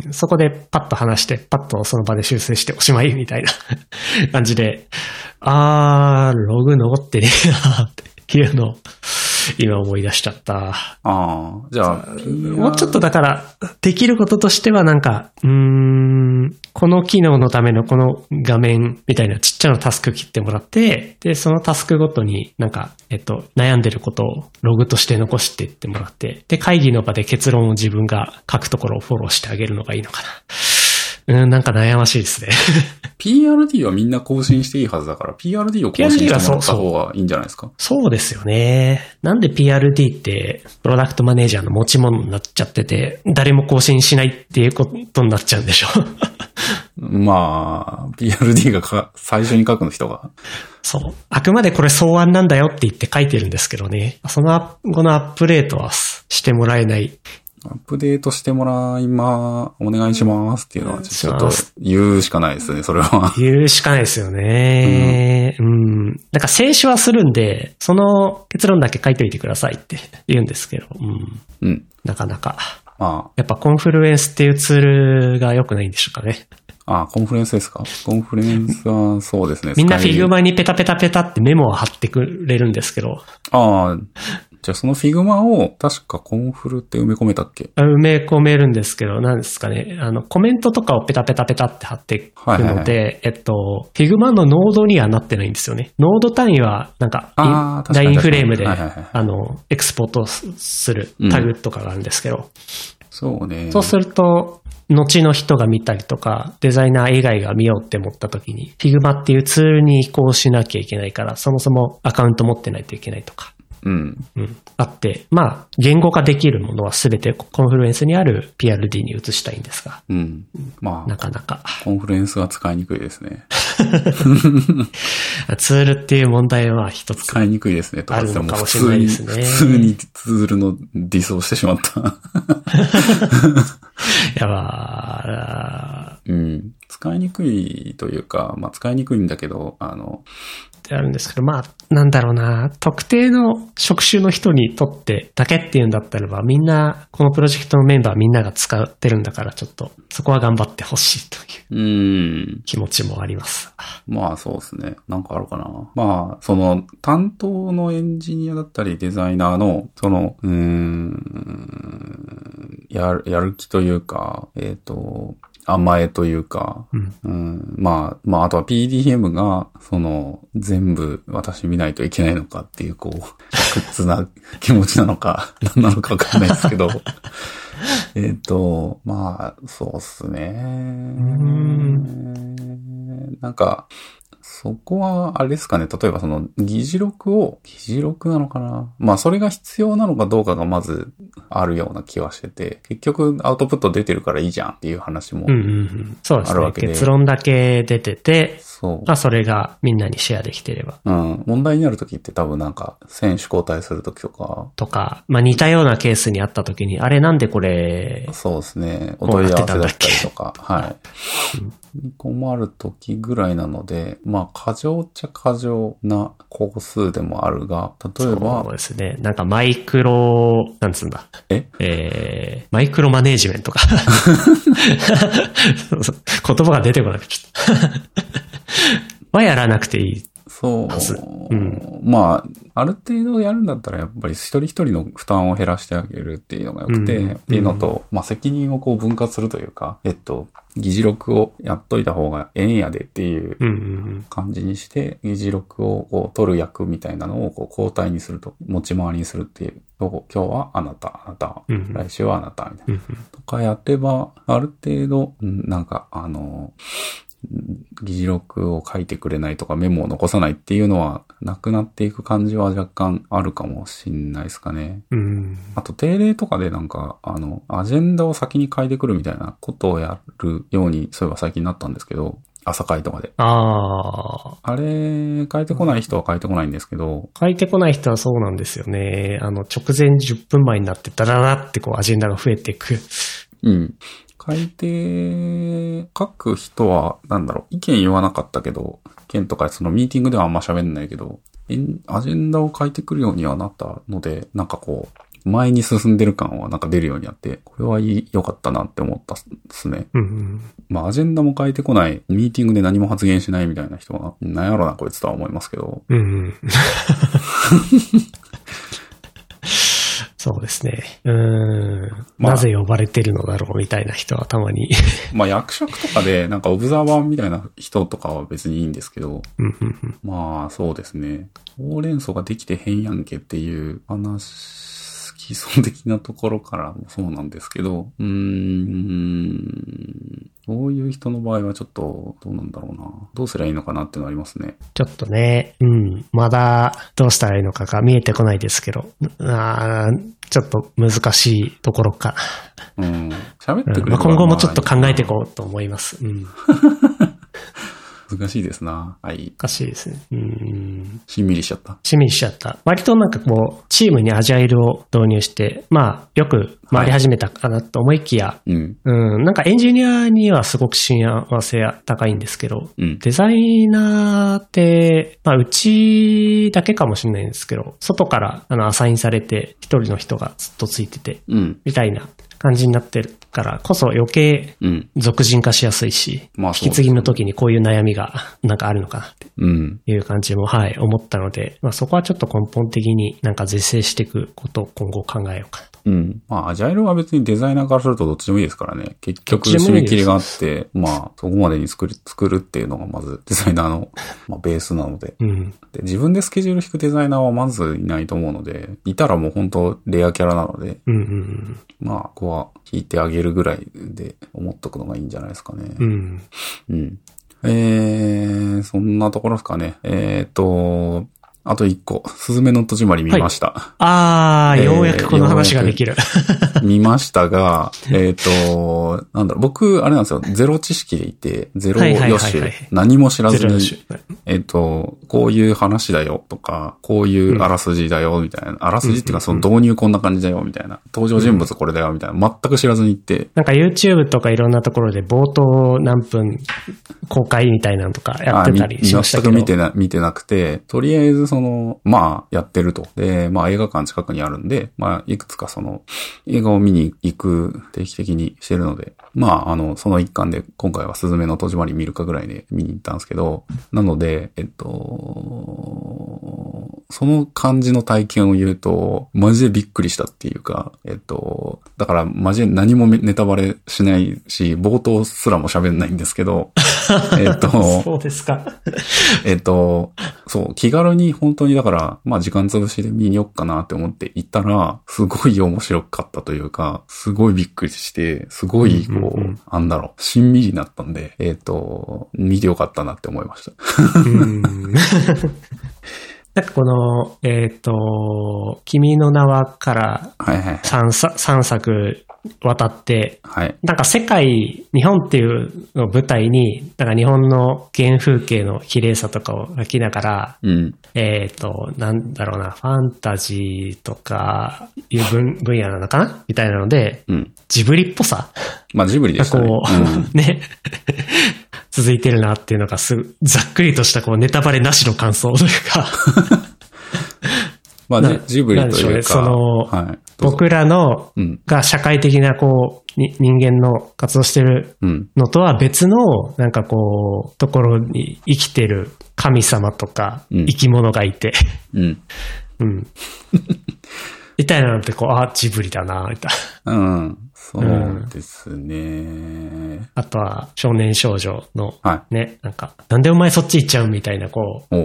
うんそこでパッと話して、パッとその場で修正しておしまいみたいな感じで、あー、ログ残ってねえなっていうのを今思い出しちゃった。
ああ、じゃあ、
もうちょっとだから、できることとしてはなんか、うーん、この機能のためのこの画面みたいなちっちゃなタスク切ってもらって、で、そのタスクごとになんか、えっと、悩んでることをログとして残していってもらって、で、会議の場で結論を自分が書くところをフォローしてあげるのがいいのかな。うん、なんか悩ましいですね。
ピーアールディー はみんな更新していいはずだから、ピーアールディー を更新してもらった方がいいんじゃないですか？
そう、そう、そうですよね。なんで ピーアールディー って、プロダクトマネージャーの持ち物になっちゃってて、誰も更新しないっていうことになっちゃうんでしょう。
まあ、ピーアールディー がか最初に書くの人が。
そう。あくまでこれ草案なんだよって言って書いてるんですけどね。その後のアップデートはしてもらえない。
アップデートしてもらいま、お願いしますっていうのはちょっと言うしかないですね、それは。
言うしかないですよね。うん。うん。なんか静止はするんで、その結論だけ書いておいてくださいって言うんですけど、うん。うん。なかなか。ああやっぱコンフルエンスっていうツールが良くないんでしょうかね。
ああ、コンフルエンスですか？コンフルエンスはそうですね。
みんなフィグマにペタペタペタってメモを貼ってくれるんですけど。
ああ。 じゃあその Figma を確かコンフルって埋め込めたっけ？
埋め込めるんですけど、何ですかね。あの、コメントとかをペタペタペタって貼っていくので、はいはいはい、えっと、Figma のノードにはなってないんですよね。ノード単位は、なんか、ラインフレームで、はいはいはい、あの、エクスポートするタグとかがあるんですけど、うん、
そうね。
そうすると、後の人が見たりとか、デザイナー以外が見ようって思った時に、Figma っていうツールに移行しなきゃいけないから、そもそもアカウント持ってないといけないとか。
うん。
うん。あって、まあ、言語化できるものはすべてコンフルエンスにある ピーアールディー に移したいんですが。
うん。まあ、
なかなか。
コンフルエンスは使いにくいですね。
ツールっていう問題は一つ。
使いにくいですね。
あるのかもしれないですね。
普通にツールのディスをしてしまった。
いやまあ、
うん。使いにくいというか、まあ使いにくいんだけど、あの、
ってあるんですけど、まあ、なんだろうな、特定の職種の人にとってだけっていうんだったらば、みんな、このプロジェクトのメンバーみんなが使ってるんだから、ちょっと、そこは頑張ってほしいという気持ちもあります。
まあそうですね。なんかあるかな。まあ、その、担当のエンジニアだったりデザイナーの、その、うーん、やる、やる気というか、えっと、甘えというか、
うん
うん、まあ、まあ、あとは ピーディーエム が、その、全部私見ないといけないのかっていう、こう、屈な気持ちなのか、何なのかわかんないですけど、えっと、まあ、そうっすね。
うん
なんか、そこは、あれですかね。例えばその、議事録を、議事録なのかな？まあ、それが必要なのかどうかがまずあるような気はしてて、結局アウトプット出てるからいいじゃんっていう話もあるわけで。
そうですね。結論だけ出てて、
そう。
まあ、それがみんなにシェアできてれば。
うん。問題になるときって多分なんか、選手交代するときとか。
とか、まあ、似たようなケースにあったときに、あれなんでこれ、
そうですね。お問い合わせだったりとか。はい。うん困る時ぐらいなので、まあ、過剰っちゃ過剰な工数でもあるが、例えば。
そうですね。なんかマイクロ、なんつうんだ。
え
えー、マイクロマネージメントか。言葉が出てこなくちゃった。はやらなくていい。
そう。
うん、
まあ、ある程度やるんだったらやっぱり一人一人の負担を減らしてあげるっていうのが良くて、うん、っていうのと、まあ責任をこう分割するというか、えっと、議事録をやっといた方がええんやでっていう感じにして、議事録をこう取る役みたいなのをこう交代にすると、持ち回りにするっていう。今日はあなた、あなた、うん、来週はあなたみたいな。うん、とかやれば、ある程度、なんか、あの、議事録を書いてくれないとかメモを残さないっていうのはなくなっていく感じは若干あるかもしんないですかね。
うん、
あと定例とかでなんかあのアジェンダを先に書いてくるみたいなことをやるようにそういえば最近なったんですけど、朝会とかで。
あ
あ。あれ、書いてこない人は書いてこないんですけど。
書いてこない人はそうなんですよね。あの直前じゅっぷんまえになってダラダラってこうアジェンダが増えていく。
うん。書いて、書く人は、なんだろう、意見言わなかったけど、意見とかそのミーティングではあんま喋んないけど、アジェンダを書いてくるようにはなったので、なんかこう、前に進んでる感はなんか出るようになって、これはいい、良かったなって思ったっすね。
うんうん、
まあ、アジェンダも書いてこない、ミーティングで何も発言しないみたいな人は、なんやろなこいつとは思いますけど。
うんうんそうですね。うーん、まあ。なぜ呼ばれてるのだろうみたいな人はたまに。
まあ役職とかでなんかオブザーバーみたいな人とかは別にいいんですけど。まあそうですね。ほうれん草ができてへんやんけっていう話、基礎的なところからもそうなんですけど。うーん。そういう人の場合はちょっとどうなんだろうな。どうすりゃいいのかなっていうのはありますね。
ちょっとね、うん。まだどうしたらいいのかが見えてこないですけど、あちょっと難しいところか。
うん。喋ってくれる、
うんまあ、今後もちょっと考えていこうと思います。うん。
難しいですな。はい。
難しいですね。うん。
しんみりしちゃった。
しんみりしちゃった。割となんかこう、チームにアジャイルを導入して、まあ、よく回り始めたかなと思いきや、はい、うん。うん。なんかエンジニアにはすごく親和性高いんですけど、うん、デザイナーって、まあ、うちだけかもしれないんですけど、外からあのアサインされて、一人の人がずっとついてて、うん、みたいな感じになってるからこそ余計俗人化しやすいし、うん、まあ、引き継ぎの時にこういう悩みがなんかあるのかなっていう感じも、はい、思ったので、まあそこはちょっと根本的になんか是正していくことを今後考えようかなと。
うん。まあ、アジャイルは別にデザイナーからするとどっちでもいいですからね。結局締め切りがあって、まあ、そこまでに作る、作るっていうのがまずデザイナーの、まあ、ベースなので、うん。で。自分でスケジュール引くデザイナーはまずいないと思うので、いたらもう本当レアキャラなので、うんうんうん、まあ、ここは引いてあげるぐらいで思っとくのがいいんじゃないですかね。うん。うん。えー、そんなところですかね。えーと、あと一個、すずめの戸締まり見ました。はい、
あー、えー、ようやくこの話ができる。
見ましたが、えっと、なんだろう、僕、あれなんですよ、ゼロ知識でいて、ゼロ予習、何も知らずに、えっと、こういう話だよとか、こういうあらすじだよみたいな、うん、あらすじっていうかその導入こんな感じだよみたいな、登場人物これだよみたいな、全く知らずに行って。
なんか YouTube とかいろんなところで冒頭何分公開みたいなのとかやってたりしましたけど。
全く見てな、見てなくて、とりあえずその、まあ、やってると。で、まあ映画館近くにあるんで、まあ、いくつかその、映画を見に行く定期的にしてるので、まあ、あの、その一環で今回はすずめの戸締まり見るかぐらいで見に行ったんですけど、なので、えっと、その感じの体験を言うと、マジでびっくりしたっていうか、えっと、だからマジで何もネタバレしないし、冒頭すらも喋んないんですけど、えっと、
そうですか。
えっと、そう、気軽に本当にだから、まあ時間潰しで見に行こっかなって思って行ったら、すごい面白かったというか、すごいびっくりして、すごいこう、うんうんうん、なんだろう、しんみりになったんで、えっと、見てよかったなって思いました。うん
なんかこの、えっと、君の名はからさんさく渡って、はい、なんか世界、日本っていうのを舞台に、なんか日本の原風景の綺麗さとかを描きながら、うん、えっと、なんだろうな、ファンタジーとかいう 分, 分野なのかなみたいなので、うん、ジブリっぽさ
まあジブリでしたね。こう、
うん、ね。続いてるなっていうのがすぐ、ざっくりとしたこうネタバレなしの感想というか。
まあ、ジブリというか、
その、はい、僕らの、うん、が社会的なこう、人間の活動してるのとは別の、なんかこう、ところに生きてる神様とか、生き物がいて、うん。うん。みたいなのってこう、あ、ジブリだな、みたいな。うん。
そうですね、うん。
あとは、少年少女の、はい、ね、なんか、なんでお前そっち行っちゃうみたいな、こう、うん、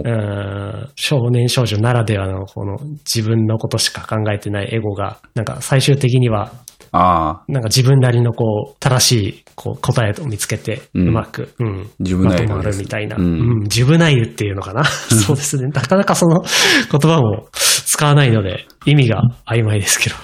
少年少女ならではの、この、自分のことしか考えてないエゴが、なんか最終的には、あなんか自分なりのこう、正しいこう答えを見つけて、うまく、うん、うん、
ジブナイル
まとまるみたいな、うん、うん、ジブナイルっていうのかな。そうですね。なかなかその言葉も使わないので、意味が曖昧ですけど。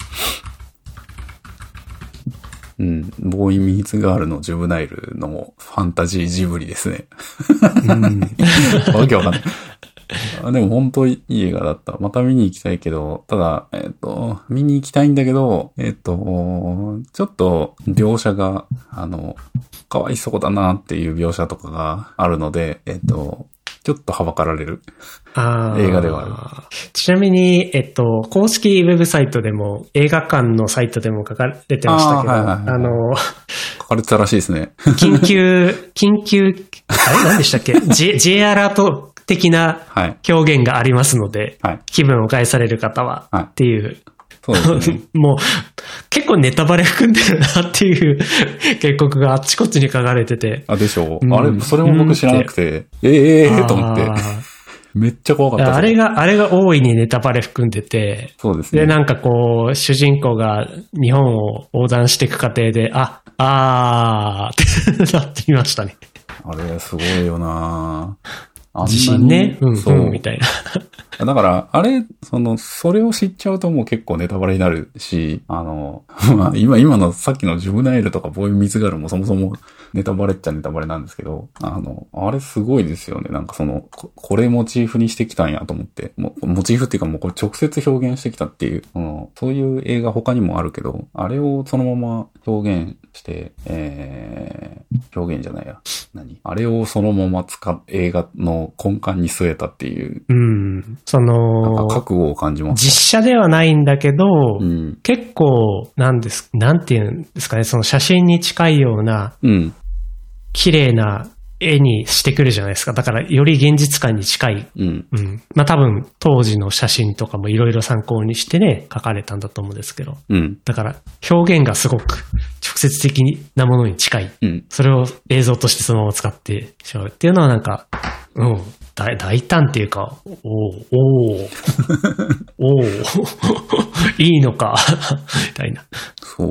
うん。ボーイミーツガールのジュブナイルのファンタジージブリですね。うん。わけわかんない。でも本当いい映画だった。また見に行きたいけど、ただ、えっと、見に行きたいんだけど、えっと、ちょっと描写が、あの、かわいそうだなっていう描写とかがあるので、えっと、ちょっとはばかられる映画ではある。
ちなみに、えっと、公式ウェブサイトでも、映画館のサイトでも書かれてましたけど、あ、はいはいはい、あの、
書かれてたらしいですね。
緊急、緊急、あれ何でしたっけ J, ?J アラート的な表現がありますので、はい、気分を害される方は、はい、っていう。そうですね、もう、結構ネタバレ含んでるなっていう警告があっちこっちに書かれてて。
あ、でしょう。うん、あれ、それも僕知らなくて、えええー、と思って。めっちゃ怖かった。
あれが、あれが大いにネタバレ含んでて。
そうですね。
で、なんかこう、主人公が日本を横断していく過程で、あ、あーってなってみましたね。
あれ、すごいよなぁ。
地震ね。うん、そう、みたいな。
だから、あれ、その、それを知っちゃうともう結構ネタバレになるし、あの、まあ、今、今のさっきのジュブナイルとかボーイミツガルもそもそもネタバレっちゃネタバレなんですけど、あの、あれすごいですよね。なんかその、こ, これモチーフにしてきたんやと思って、もうモチーフっていうかもうこれ直接表現してきたっていう、うん、そういう映画他にもあるけど、あれをそのまま表現して、えー、表現じゃないや。 何あれをそのまま使っ、映画の根幹に据えたっていう。
うん。その、
なんか覚悟を感じます。
実写ではないんだけど、
うん、
結構、なんです、なんていうんですかね、その写真に近いような、
うん、
綺麗な絵にしてくるじゃないですか。だからより現実感に近い。
うん。
うん。まあ多分当時の写真とかもいろいろ参考にしてね、描かれたんだと思うんですけど。
うん。
だから表現がすごく直接的なものに近い。
うん。
それを映像としてそのまま使ってしまうっていうのはなんか、うん。大, 大胆っていうか、おー、おー、おー、いいのか、みたいな。
そう。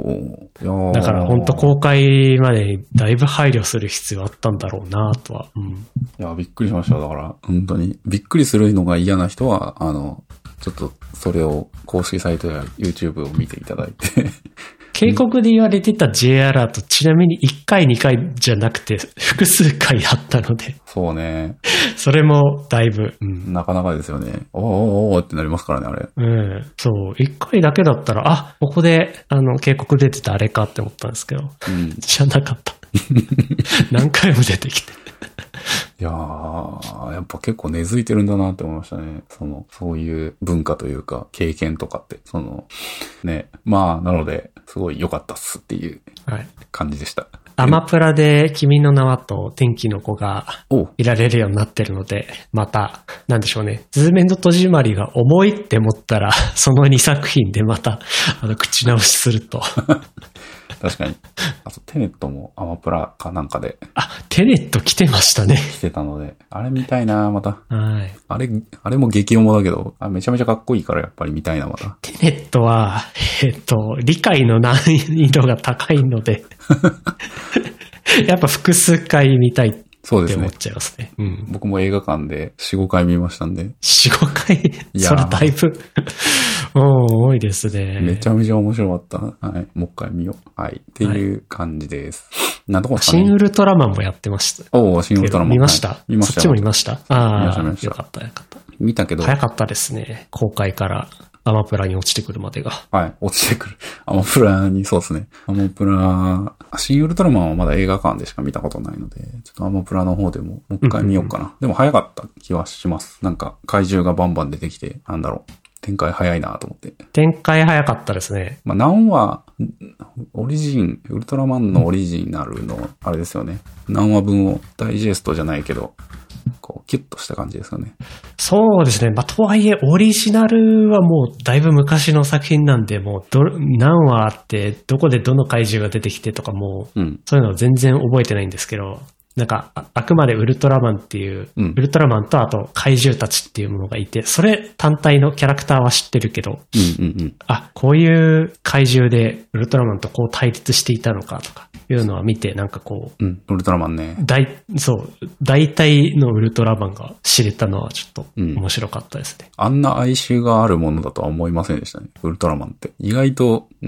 いや
だから本当公開までにだいぶ配慮する必要あったんだろうなとは。うん、
いや、びっくりしました。だから、本当に。びっくりするのが嫌な人は、あの、ちょっとそれを公式サイトや YouTube を見ていただいて。
警告で言われてた J アラート、ちなみにいっかいにかいじゃなくて複数回あったので。
そうね。
それもだいぶ、
うん、なかなかですよね。おーおーおーってなりますからね、あれ。
うん。そう。いっかいだけだったら、あ、ここで、あの、警告出てたあれかって思ったんですけど。うん。じゃなかった。何回も出てきて。
いやー、やっぱ結構根付いてるんだなって思いましたね。その、そういう文化というか、経験とかって、その、ね。まあ、なので、すごい良かったっすっていう感じでした。はい、
アマプラで君の名はと天気の子がいられるようになってるので、また、なんでしょうね。ズームエンド戸締まりが重いって思ったら、そのにさく品でまた、あの、口直しすると。
確かに。あと、テネットもアマプラかなんかで。
あ、テネット来てましたね。
来てたので。あれ見たいなまた。
はい。
あれ、あれも激重だけど、あめちゃめちゃかっこいいからやっぱり見たいなまた。
テネットは、えっと、理解の難易度が高いので、やっぱ複数回見たいって思っちゃいますね。うん、
僕も映画館でよん、ごかい見ましたんで。
よん、ごかいそれだいぶ、多いですね。
めちゃめちゃ面白かった。はい。もう一回見よう。はい。っていう感じです。はい、なんとこですかね。
シン・ウルトラマンもやってました。
おー、シン・ウルトラマン。
見ました、はい、
見ました。
そっちも見ました。ああ、
見ました見ました。
よかったよかった。
見たけど。
早かったですね。公開からアマプラに落ちてくるまでが。
はい。落ちてくる。アマプラに、そうですね。アマプラ、シン・ウルトラマンはまだ映画館でしか見たことないので、ちょっとアマプラの方でももう一回見ようかな。うんうんうん、でも早かった気はします。なんか怪獣がバンバン出てきて、なんだろう。展開早いなと思って。
展開早かったですね。
まあ、何話、オリジン、ウルトラマンのオリジナルの、あれですよね。何話分をダイジェストじゃないけど、こう、キュッとした感じですよね。
そうですね。まあ、とはいえ、オリジナルはもうだいぶ昔の作品なんで、もうど、何話あって、どこでどの怪獣が出てきてとかもう、うん、そういうのは全然覚えてないんですけど、なんかあ、あくまでウルトラマンっていう、うん、ウルトラマンとあと怪獣たちっていうものがいて、それ単体のキャラクターは知ってるけど、
うんうんうん、
あ、こういう怪獣でウルトラマンとこう対立していたのかとかいうのは見て、なんかこ
う、うん、ウルトラマンね。
大、そう、大体のウルトラマンが知れたのはちょっと面白かったですね。
うん、あんな哀愁があるものだとは思いませんでしたね、ウルトラマンって。意外と、うん、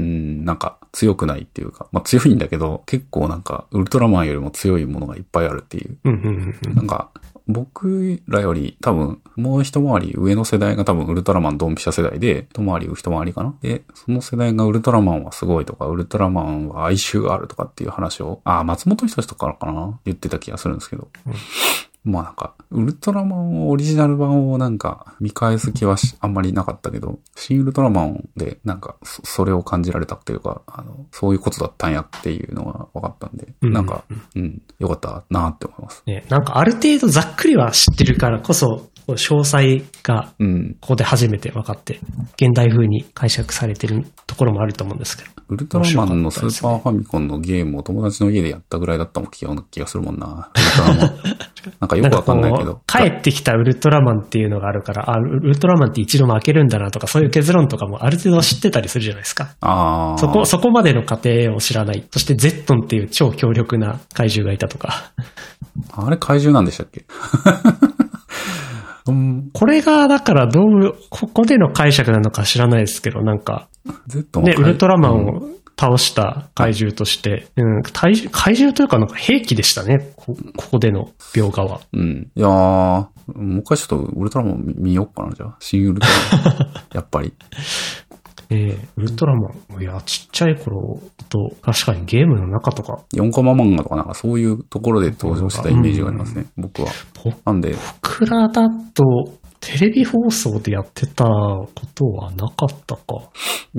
なんか強くないっていうか、まあ強いんだけど、結構なんかウルトラマンよりも強いものがいっぱいあるっていう。
うんうんうんうん、
なんか、僕らより多分、もう一回り上の世代が多分ウルトラマンドンピシャ世代で、一回り一回りかな。で、その世代がウルトラマンはすごいとか、ウルトラマンは哀愁があるとかっていう話を、あ、松本人志とかかな言ってた気がするんですけど。うん、まあなんか、ウルトラマンオリジナル版をなんか見返す気はしあんまりなかったけど、新ウルトラマンでなんか そ, それを感じられたっていうか、あの、そういうことだったんやっていうのが分かったんで、うん、なんか、うん、よかったなって思います。
ね、なんかある程度ざっくりは知ってるからこそ、詳細がここで初めて分かって、現代風に解釈されてるところもあると思うんですけど。
ウルトラマンのスーパーファミコンのゲームを友達の家でやったぐらいだったもん気が、気がするもんな。ウルトラマン。なんかよくわかんないけど。
帰ってきたウルトラマンっていうのがあるから、あ、ウルトラマンって一度負けるんだなとか、そういう結論とかもある程度知ってたりするじゃないですか。
ああ。
そこ、そこまでの過程を知らない。そしてゼットンっていう超強力な怪獣がいたとか。
あれ怪獣なんでしたっけ
うん、これが、だからどう、ここでの解釈なのか知らないですけど、なんか、ね、ウルトラマンを倒した怪獣として、うん、怪獣、怪獣というかなんか兵器でしたね、こ, ここでの描画は。
うん。いやー、もう一回ちょっとウルトラマン見ようかな、じゃあ。新ウルトラマン。やっぱり。
えー、ウルトラマン。いや、ちっちゃい頃と、確かにゲームの中とか。
よんコマ漫画とかなんかそういうところで登場したイメージがありますね、うん、僕は。なんで。
僕らだと、テレビ放送でやってたことはなかったか。
うん。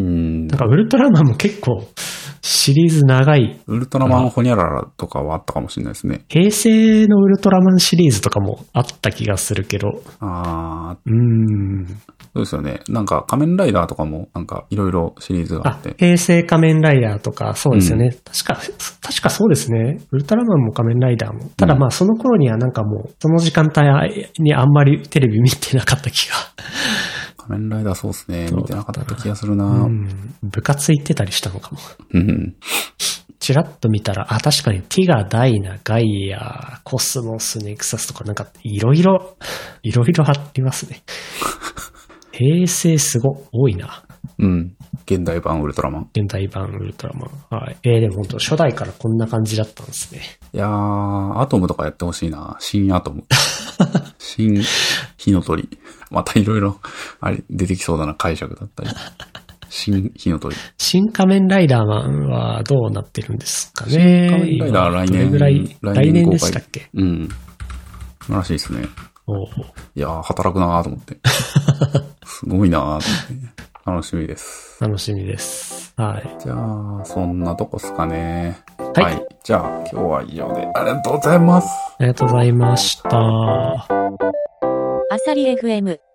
なんかウルトラマンも結構シリーズ長い。
ウルトラマンホニャララとかはあったかもしれないですね。
平成のウルトラマンシリーズとかもあった気がするけど。
ああ。
うーん。
そうですよね。なんか仮面ライダーとかもなんかいろいろシリーズがあって。あ、
平成仮面ライダーとかそうですよね、うん。確か、確かそうですね。ウルトラマンも仮面ライダーも。ただまあその頃にはなんかもうその時間帯にあんまりテレビ見てなかった気が。
仮面ライダーそうですね。見てなかった気がするな、
うん、部活行ってたりしたのかも。うん。チラッと見たら、あ、確かにティガ、ダイナ、ガイア、コスモス、ネクサスとかなんかいろいろ、いろいろありますね。平成すご、多いな。
うん。現代版ウルトラマン。
現代版ウルトラマン。はい。えー、でも本当初代からこんな感じだったんですね。
いやー、アトムとかやってほしいな。新アトム。新火の鳥。またいろいろ、あれ、出てきそうだな解釈だったり。新火の鳥。
新仮面ライダーマンはどうなってるんですかね。
新仮面ライダー来年。
どれぐらい、来年でしたっけ？
うん。らしいですね。
お
いやー、働くなーと思って。すごいなーと思って。楽しみです。
楽しみです。はい。
じゃあ、そんなとこっすかね。
はい。はい、
じゃあ、今日は以上でありがとうございます。
ありがとうございました。
あさり エフエム